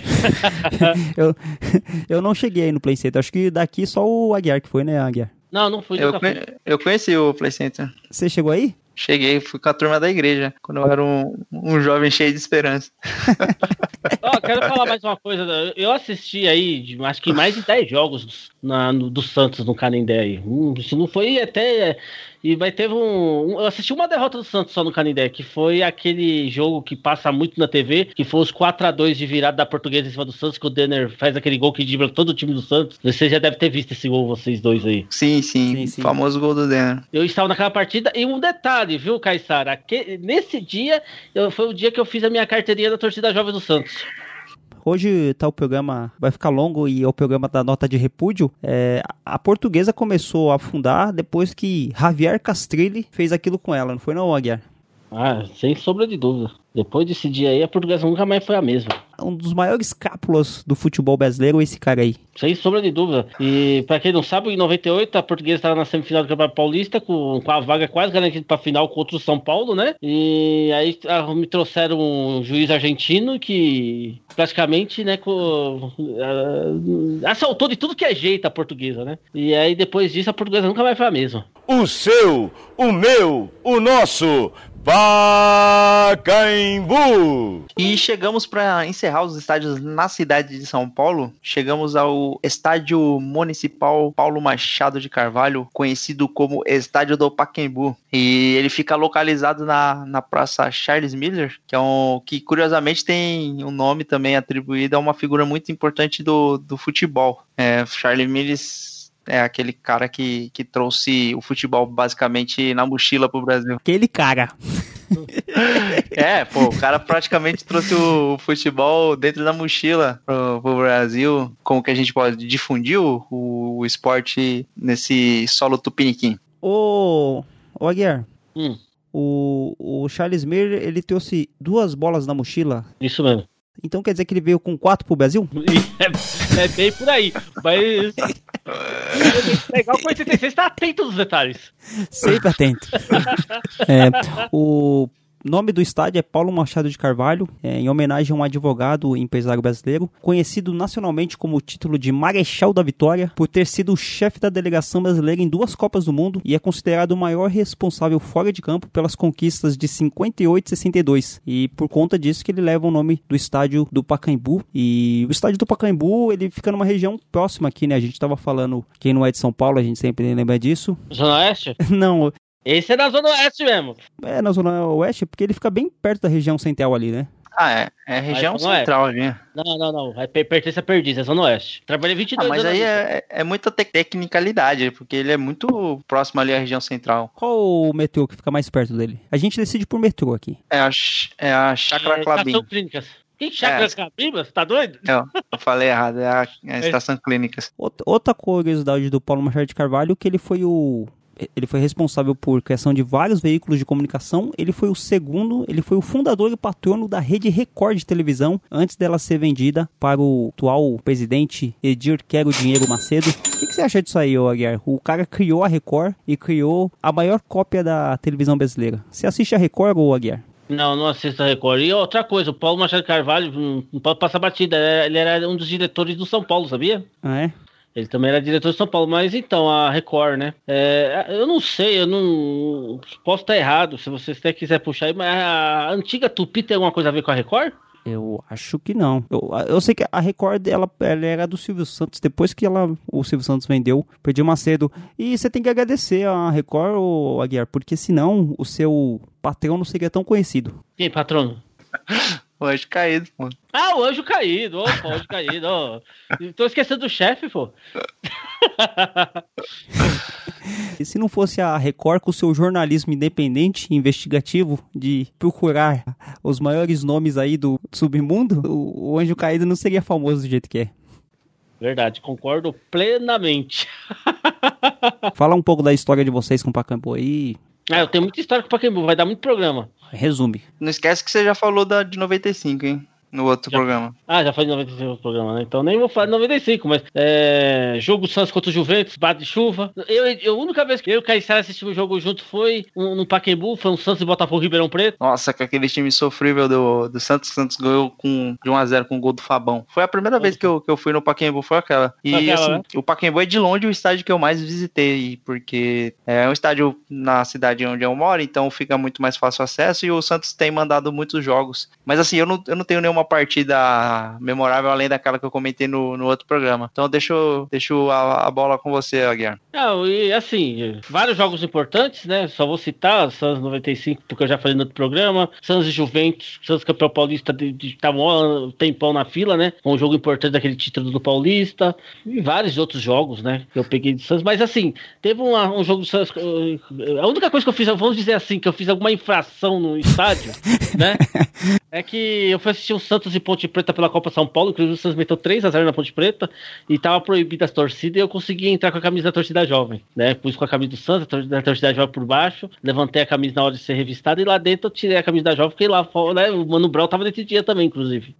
eu não cheguei aí no Play Center. Acho que daqui só o Aguiar que foi, né, Aguiar? Não fui. Eu conheci o Play Center. Você chegou aí? Cheguei, fui com a turma da igreja, quando eu era um jovem cheio de esperança. Quero falar mais uma coisa. Eu assisti aí, acho que mais de 10 jogos do Santos no Canindé aí. Se não foi até... E teve eu assisti uma derrota do Santos só no Canindé, que foi aquele jogo que passa muito na TV, que foi os 4-2 de virada da Portuguesa em cima do Santos, que o Denner faz aquele gol que dribla todo o time do Santos. Você já deve ter visto esse gol, vocês dois aí. Sim. Famoso gol do Denner. Eu estava naquela partida, e um detalhe, viu, Caissara? Nesse dia, foi o dia que eu fiz a minha carteirinha da torcida jovem do Santos. Hoje tá o programa, vai ficar longo e é o programa da nota de repúdio. A Portuguesa começou a afundar depois que Javier Castrilli fez aquilo com ela, não foi não, Aguiar? Sem sombra de dúvida. Depois desse dia aí, a Portuguesa nunca mais foi a mesma. Um dos maiores cápulas do futebol brasileiro é esse cara aí. Sem sombra de dúvida. E pra quem não sabe, em 98 a Portuguesa estava na semifinal do Campeonato Paulista com a vaga quase garantida pra final contra o São Paulo, né? E aí me trouxeram um juiz argentino que praticamente, né, assaltou de tudo que é jeito a Portuguesa, né? E aí depois disso a Portuguesa nunca mais foi a mesma. O seu, o meu, o nosso Pacaembu. E chegamos para encerrar os estádios na cidade de São Paulo. Chegamos ao Estádio Municipal Paulo Machado de Carvalho, conhecido como Estádio do Pacaembu. E ele fica localizado na Praça Charles Miller, que curiosamente tem um nome também atribuído a uma figura muito importante do futebol. Charles Miller é aquele cara que trouxe o futebol basicamente na mochila pro Brasil. Aquele cara. O cara praticamente trouxe o futebol dentro da mochila pro Brasil. Como que a gente pode difundir o esporte nesse solo tupiniquim? Ô Aguiar, o Charles Miller, ele trouxe 2 bolas na mochila. Isso mesmo. Então quer dizer que ele veio com 4 pro Brasil? É bem por aí. Mas legal com 86, tá atento nos detalhes. Sempre atento. O nome do estádio é Paulo Machado de Carvalho, em homenagem a um advogado e empresário brasileiro, conhecido nacionalmente como o título de Marechal da Vitória, por ter sido o chefe da delegação brasileira em 2 Copas do Mundo e é considerado o maior responsável fora de campo pelas conquistas de 58 e 62. E por conta disso que ele leva o nome do estádio do Pacaembu. E o estádio do Pacaembu, ele fica numa região próxima aqui, né? A gente tava falando, quem não é de São Paulo, a gente sempre lembra disso. Zona Oeste? Não. Esse é na Zona Oeste mesmo. Na Zona Oeste, porque ele fica bem perto da região central ali, né? É região central ali. Não. Pertence a Perdiz, é Zona Oeste. Trabalhei 22 anos. Mas aí é muita tecnicalidade, porque ele é muito próximo ali à região central. Qual o metrô que fica mais perto dele? A gente decide por metrô aqui. É a Chácara Clabin. Estação Clínicas. Que Chácara Clabin? Você tá doido? Eu falei errado, é a Estação Clínicas. Outra curiosidade do Paulo Machado de Carvalho, que ele foi o ele foi responsável por criação de vários veículos de comunicação. Ele foi o fundador e patrono da Rede Record de televisão, antes dela ser vendida para o atual presidente Edir Quero Dinheiro Macedo. O que você acha disso aí, Aguiar? O cara criou a Record e criou a maior cópia da televisão brasileira. Você assiste a Record, ou Aguiar? Não assisto a Record. E outra coisa, o Paulo Machado Carvalho não pode passar batida. Ele era um dos diretores do São Paulo, sabia? Ah, é? Ele também era diretor de São Paulo. Mas então, a Record, né? Eu não sei, eu não... Posso estar errado, se vocês até quiserem puxar aí, mas a antiga Tupi tem alguma coisa a ver com a Record? Eu acho que não. Eu sei que a Record, ela era do Silvio Santos. Depois que o Silvio Santos vendeu, Edir Macedo. E você tem que agradecer a Record, ô Aguiar, porque senão o seu patrão não seria tão conhecido. Quem, patrono? O Anjo Caído, pô. Ah, o Anjo Caído. Opa, o Anjo Caído. Tô esquecendo do chefe, pô. E se não fosse a Record com o seu jornalismo independente e investigativo de procurar os maiores nomes aí do submundo, o Anjo Caído não seria famoso do jeito que é. Verdade, concordo plenamente. Fala um pouco da história de vocês com o Pacaembu aí. Eu tenho muita história com o Pacaembu, vai dar muito programa. Resume. Não esquece que você já falou de 95, hein? No outro programa. Já foi de 95 o programa, né? Então nem vou falar de 95, mas jogo Santos contra o Juventus, bate de chuva. A única vez que eu e o Caissara assistimos o jogo junto foi no Pacaembu, foi um Santos e Botafogo Ribeirão Preto. Nossa, com aquele time sofrível do Santos. O Santos ganhou de 1-0 com o gol do Fabão. Foi a primeira vez que eu fui no Pacaembu, foi aquela. E assim, né? O Pacaembu é de longe o estádio que eu mais visitei, porque é um estádio na cidade onde eu moro, então fica muito mais fácil acesso, e o Santos tem mandado muitos jogos. Mas assim, eu não tenho nenhuma partida memorável além daquela que eu comentei no outro programa. Então deixo a bola com você, Aguiar. E assim, vários jogos importantes, né? Só vou citar Santos 95, porque eu já falei no outro programa. Santos e Juventus, Santos campeão paulista, estava um tempão na fila, né? Um jogo importante daquele título do Paulista. E vários outros jogos, né? Que eu peguei de Santos. Mas assim, teve um jogo do Santos. A única coisa que eu fiz, vamos dizer assim, que eu fiz alguma infração no estádio, né? É que eu fui assistir o Santos e Ponte Preta pela Copa São Paulo, inclusive o Santos meteu 3-0 na Ponte Preta e tava proibida as torcidas, e eu consegui entrar com a camisa da torcida jovem, né? Pus com a camisa do Santos, da torcida jovem por baixo, levantei a camisa na hora de ser revistada, e lá dentro eu tirei a camisa da jovem, fiquei lá fora, né? O Mano Brown tava nesse dia também, inclusive.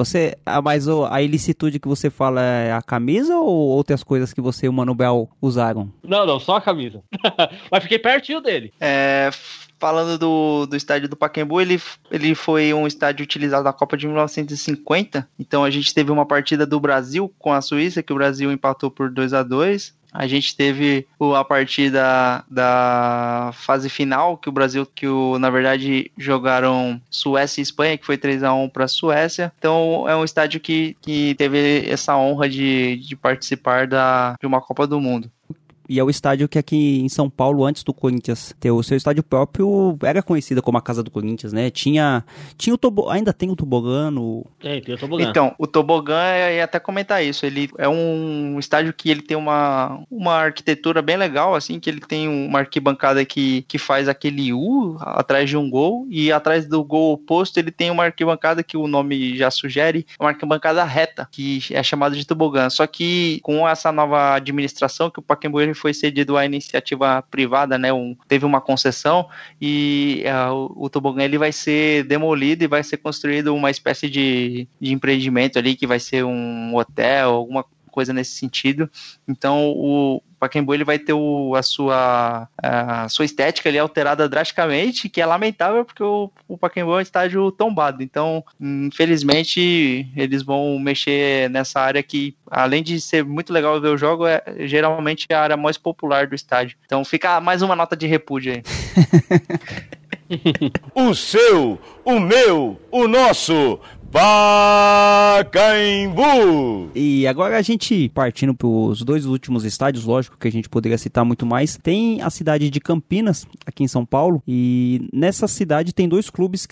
Mas a ilicitude que você fala é a camisa ou outras coisas que você e o Mano Brown usaram? Não, só a camisa. Mas fiquei pertinho dele. Falando do estádio do Pacaembu, ele foi um estádio utilizado na Copa de 1950, então a gente teve uma partida do Brasil com a Suíça, que o Brasil empatou por 2-2. A gente teve a partida da fase final, que o Brasil, na verdade, jogaram Suécia e Espanha, que foi 3-1 para a Suécia. Então é um estádio que teve essa honra de participar de uma Copa do Mundo. E é o estádio que aqui em São Paulo, antes do Corinthians ter o seu estádio próprio, era conhecida como a Casa do Corinthians, né? Tinha o tobogã, ainda tem o tobogã tem o tobogã. Então, o tobogã, eu ia até comentar isso, ele é um estádio que ele tem uma arquitetura bem legal, assim, que ele tem uma arquibancada que faz aquele U atrás de um gol, e atrás do gol oposto ele tem uma arquibancada que o nome já sugere, uma arquibancada reta, que é chamada de tobogã. Só que com essa nova administração, que o Pacaembu foi cedido à iniciativa privada, né? Teve uma concessão, e o tobogã ele vai ser demolido e vai ser construído uma espécie de empreendimento ali, que vai ser um hotel, alguma coisa nesse sentido. Então o Pacaembu ele vai ter a sua estética ali alterada drasticamente, que é lamentável, porque o Pacaembu é um estádio tombado. Então, infelizmente, eles vão mexer nessa área que, além de ser muito legal ver o jogo, é geralmente a área mais popular do estádio. Então fica mais uma nota de repúdio aí. O seu, o meu, o nosso Pacaembu! E agora a gente partindo para os dois últimos estádios, lógico que a gente poderia citar muito mais. Tem a cidade de Campinas, aqui em São Paulo, e nessa cidade tem dois clubes que são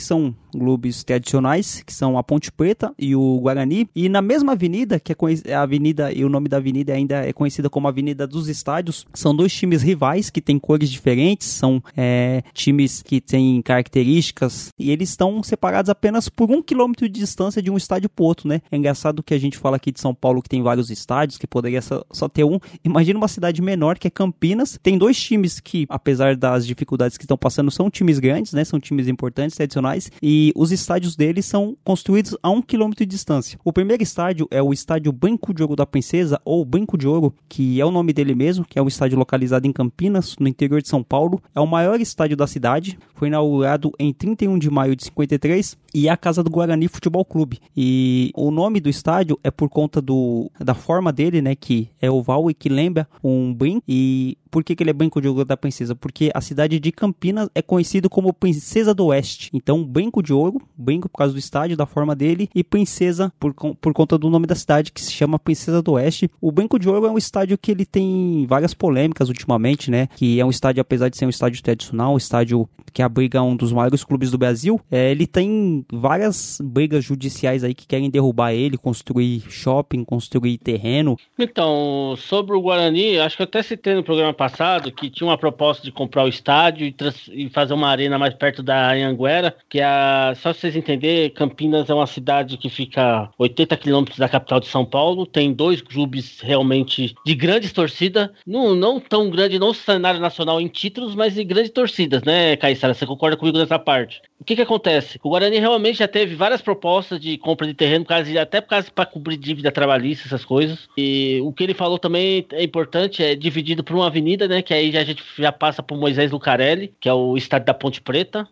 clubes tradicionais, que são a Ponte Preta e o Guarani, e na mesma avenida, que é a avenida, e o nome da avenida ainda é conhecida como Avenida dos Estádios, são dois times rivais que têm cores diferentes, são times que têm características, e eles estão separados apenas por 1 quilômetro de distância de um estádio pro outro, né? É engraçado que a gente fala aqui de São Paulo que tem vários estádios, que poderia só ter um. Imagina uma cidade menor, que é Campinas, tem dois times que, apesar das dificuldades que estão passando, são times grandes, né? São times importantes, tradicionais, e os estádios deles são construídos a 1 quilômetro de distância. O primeiro estádio é o estádio Banco de Ouro da Princesa, ou Banco de Ouro, que é o nome dele mesmo, que é um estádio localizado em Campinas, no interior de São Paulo. É o maior estádio da cidade, foi inaugurado em 31 de maio de 53, e é a casa do Guarani Futebol Clube. E o nome do estádio é por conta da forma dele, né, que é oval e que lembra um brinco. E por que ele é Banco de Ouro da Princesa? Porque a cidade de Campinas é conhecida como Princesa do Oeste. Então, Banco de Ouro, Banco por causa do estádio, da forma dele, e Princesa por conta do nome da cidade, que se chama Princesa do Oeste. O Banco de Ouro é um estádio que ele tem várias polêmicas ultimamente, né? Que é um estádio, apesar de ser um estádio tradicional, um estádio que abriga um dos maiores clubes do Brasil, ele tem várias brigas judiciais aí que querem derrubar ele, construir shopping, construir terreno. Então, sobre o Guarani, acho que eu até citei no programa passado que tinha uma proposta de comprar o estádio e fazer uma arena mais perto da Anhanguera, que só pra vocês entenderem, Campinas é uma cidade que fica 80 quilômetros da capital de São Paulo, tem dois clubes realmente de grandes torcidas, não tão grande no cenário nacional em títulos, mas de grandes torcidas, né, Caissara? Você concorda comigo nessa parte? O que acontece? O Guarani realmente já teve várias propostas de compra de terreno, até para cobrir dívida trabalhista, essas coisas. E o que ele falou também é importante, é dividido por uma avenida, né? Que aí a gente já passa por Moisés Lucarelli, que é o estádio da Ponte Preta.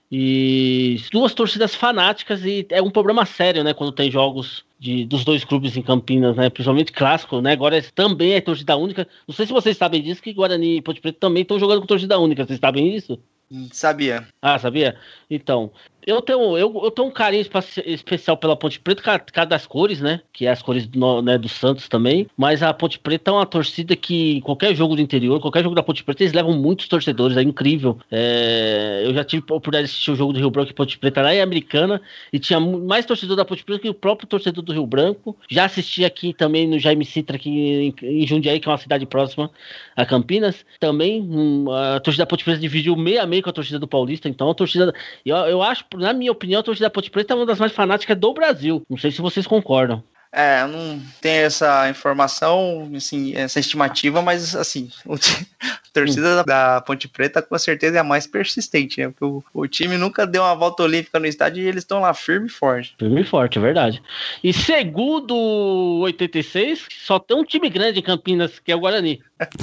E duas torcidas fanáticas, e é um problema sério, né? Quando tem jogos dos dois clubes em Campinas, né? Principalmente clássico, né? Agora também é torcida única. Não sei se vocês sabem disso, que Guarani e Ponte Preta também estão jogando com torcida única. Vocês sabem disso? Sabia. Ah, sabia? Então, eu tenho um carinho especial pela Ponte Preta, por causa das cores, né? Que é as cores do Santos também. Mas a Ponte Preta é uma torcida que, qualquer jogo do interior, qualquer jogo da Ponte Preta, eles levam muitos torcedores, é incrível. Eu já tive a oportunidade de assistir o jogo do Rio Branco e Ponte Preta lá em Americana, e tinha mais torcedor da Ponte Preta que o próprio torcedor do Rio Branco. Já assisti aqui também no Jaime Sintra, aqui em Jundiaí, que é uma cidade próxima a Campinas. Também a torcida da Ponte Preta dividiu meio a meio com a torcida do Paulista. Então a torcida, eu acho, na minha opinião, a torcida da Ponte Preta é uma das mais fanáticas do Brasil. Não sei se vocês concordam. Eu não tenho essa informação, assim, essa estimativa, mas assim, a torcida da Ponte Preta com certeza é a mais persistente, né? Porque o time nunca deu uma volta olímpica no estádio e eles estão lá firme e forte. Firme e forte, é verdade. E segundo 86, só tem um time grande em Campinas, que é o Guarani.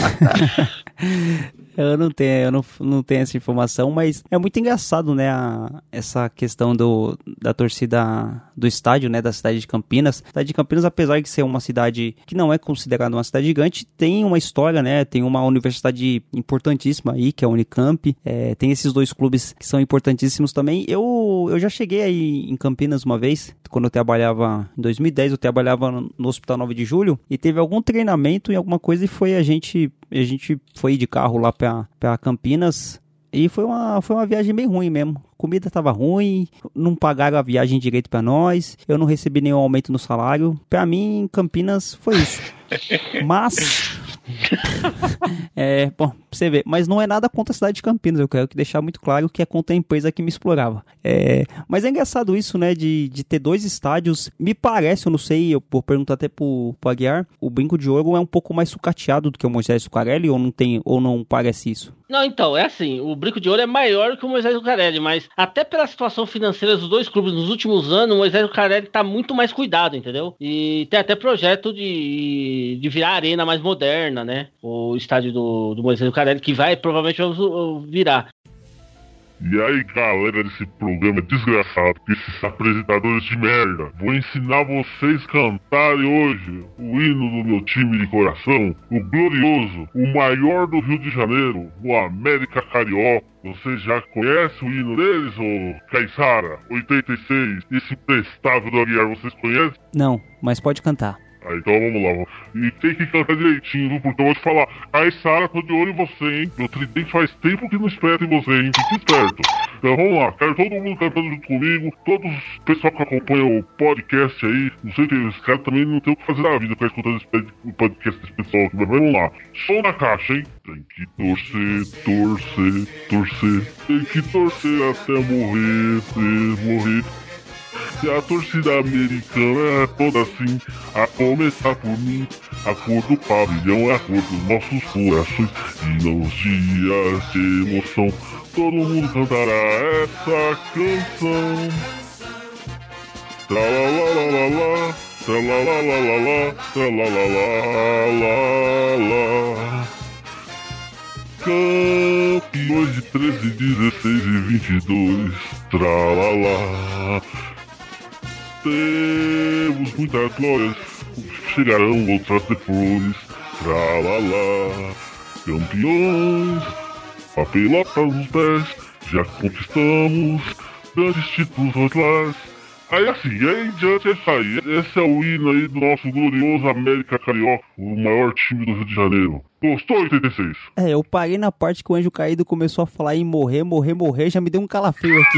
Eu não tenho essa informação, mas é muito engraçado, né, essa questão da torcida do estádio, né, da cidade de Campinas. A cidade de Campinas, apesar de ser uma cidade que não é considerada uma cidade gigante, tem uma história, né, tem uma universidade importantíssima aí, que é a Unicamp, tem esses dois clubes que são importantíssimos também. Eu já cheguei aí em Campinas uma vez, quando eu trabalhava, em 2010, eu trabalhava no Hospital 9 de Julho, e teve algum treinamento em alguma coisa, e a gente foi de carro lá pra Campinas, e foi uma viagem bem ruim mesmo. Comida tava ruim, não pagaram a viagem direito pra nós, eu não recebi nenhum aumento no salário. Pra mim, Campinas foi isso. Mas... bom, pra você ver, mas não é nada contra a cidade de Campinas, eu quero deixar muito claro que é contra a empresa que me explorava. Mas é engraçado isso, né, de ter dois estádios. Me parece, eu não sei, eu vou perguntar até pro Aguiar, o Brinco de Ouro é um pouco mais sucateado do que o Moisés Lucarelli, ou não parece isso? Não, então, é assim, o Brinco de Ouro é maior que o Moisés Lucarelli, mas até pela situação financeira dos dois clubes nos últimos anos, o Moisés Lucarelli tá muito mais cuidado, entendeu? E tem até projeto de virar arena mais moderna, né? O estádio do Moisés Lucarelli, que provavelmente vai virar. E aí, galera desse programa desgraçado, esses apresentadores de merda, vou ensinar vocês a cantarem hoje o hino do meu time de coração, o glorioso, o maior do Rio de Janeiro, o América Carioca. Você já conhece o hino deles, ô Caissara? 86, esse imprestável do Aguiar, vocês conhecem? Não, mas pode cantar. Então vamos lá. E tem que cantar direitinho, viu? Porque eu vou te falar. Caissara, tô de olho em você, hein? Meu tridente faz tempo que não espeta em você, hein? Fique esperto. Então vamos lá, quero todo mundo cantando junto comigo, todos os pessoal que acompanha o podcast aí, não sei que os caras também não tem o que fazer na vida, ficar escutando o podcast desse pessoal aqui, mas vamos lá. Som na caixa, hein? Tem que torcer, torcer, torcer, tem que torcer até morrer, morrer. E a torcida americana é toda assim, a começar por mim. A cor do pavilhão é a cor dos nossos corações. E nos dias de emoção, todo mundo cantará essa canção. Tralalalala, tralalalala, tralalalala. Campeões de 13, 16 e 22, tralala. Temos muitas glórias, chegarão outras depois, tralala. Campeões, papelotas nos pés, já conquistamos grandes títulos atrás. Aí assim, aí em diante é isso aí. Esse é o hino aí do nosso glorioso América Carioca, o maior time do Rio de Janeiro. Gostou, 86? Eu parei na parte que o Anjo Caído começou a falar em morrer, morrer, morrer, já me deu um calafrio aqui.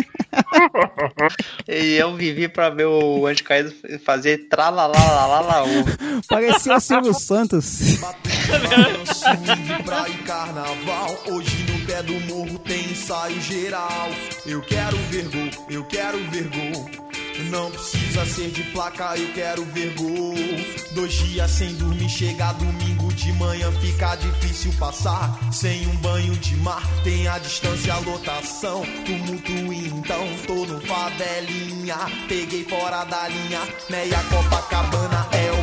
E eu vivi pra ver o Anjo Caído fazer tralalalalalau. Parecia o Silvio Santos. Swing, praia e carnaval. Hoje no pé do morro tem ensaio geral. Eu quero ver gol, eu quero ver gol. Não precisa ser de placa, eu quero ver gol. 2 dias sem dormir, chega domingo de manhã, fica difícil passar. Sem um banho de mar, tem a distância, a lotação. Tumulto então, tô no favelinha. Peguei fora da linha, meia Copacabana é o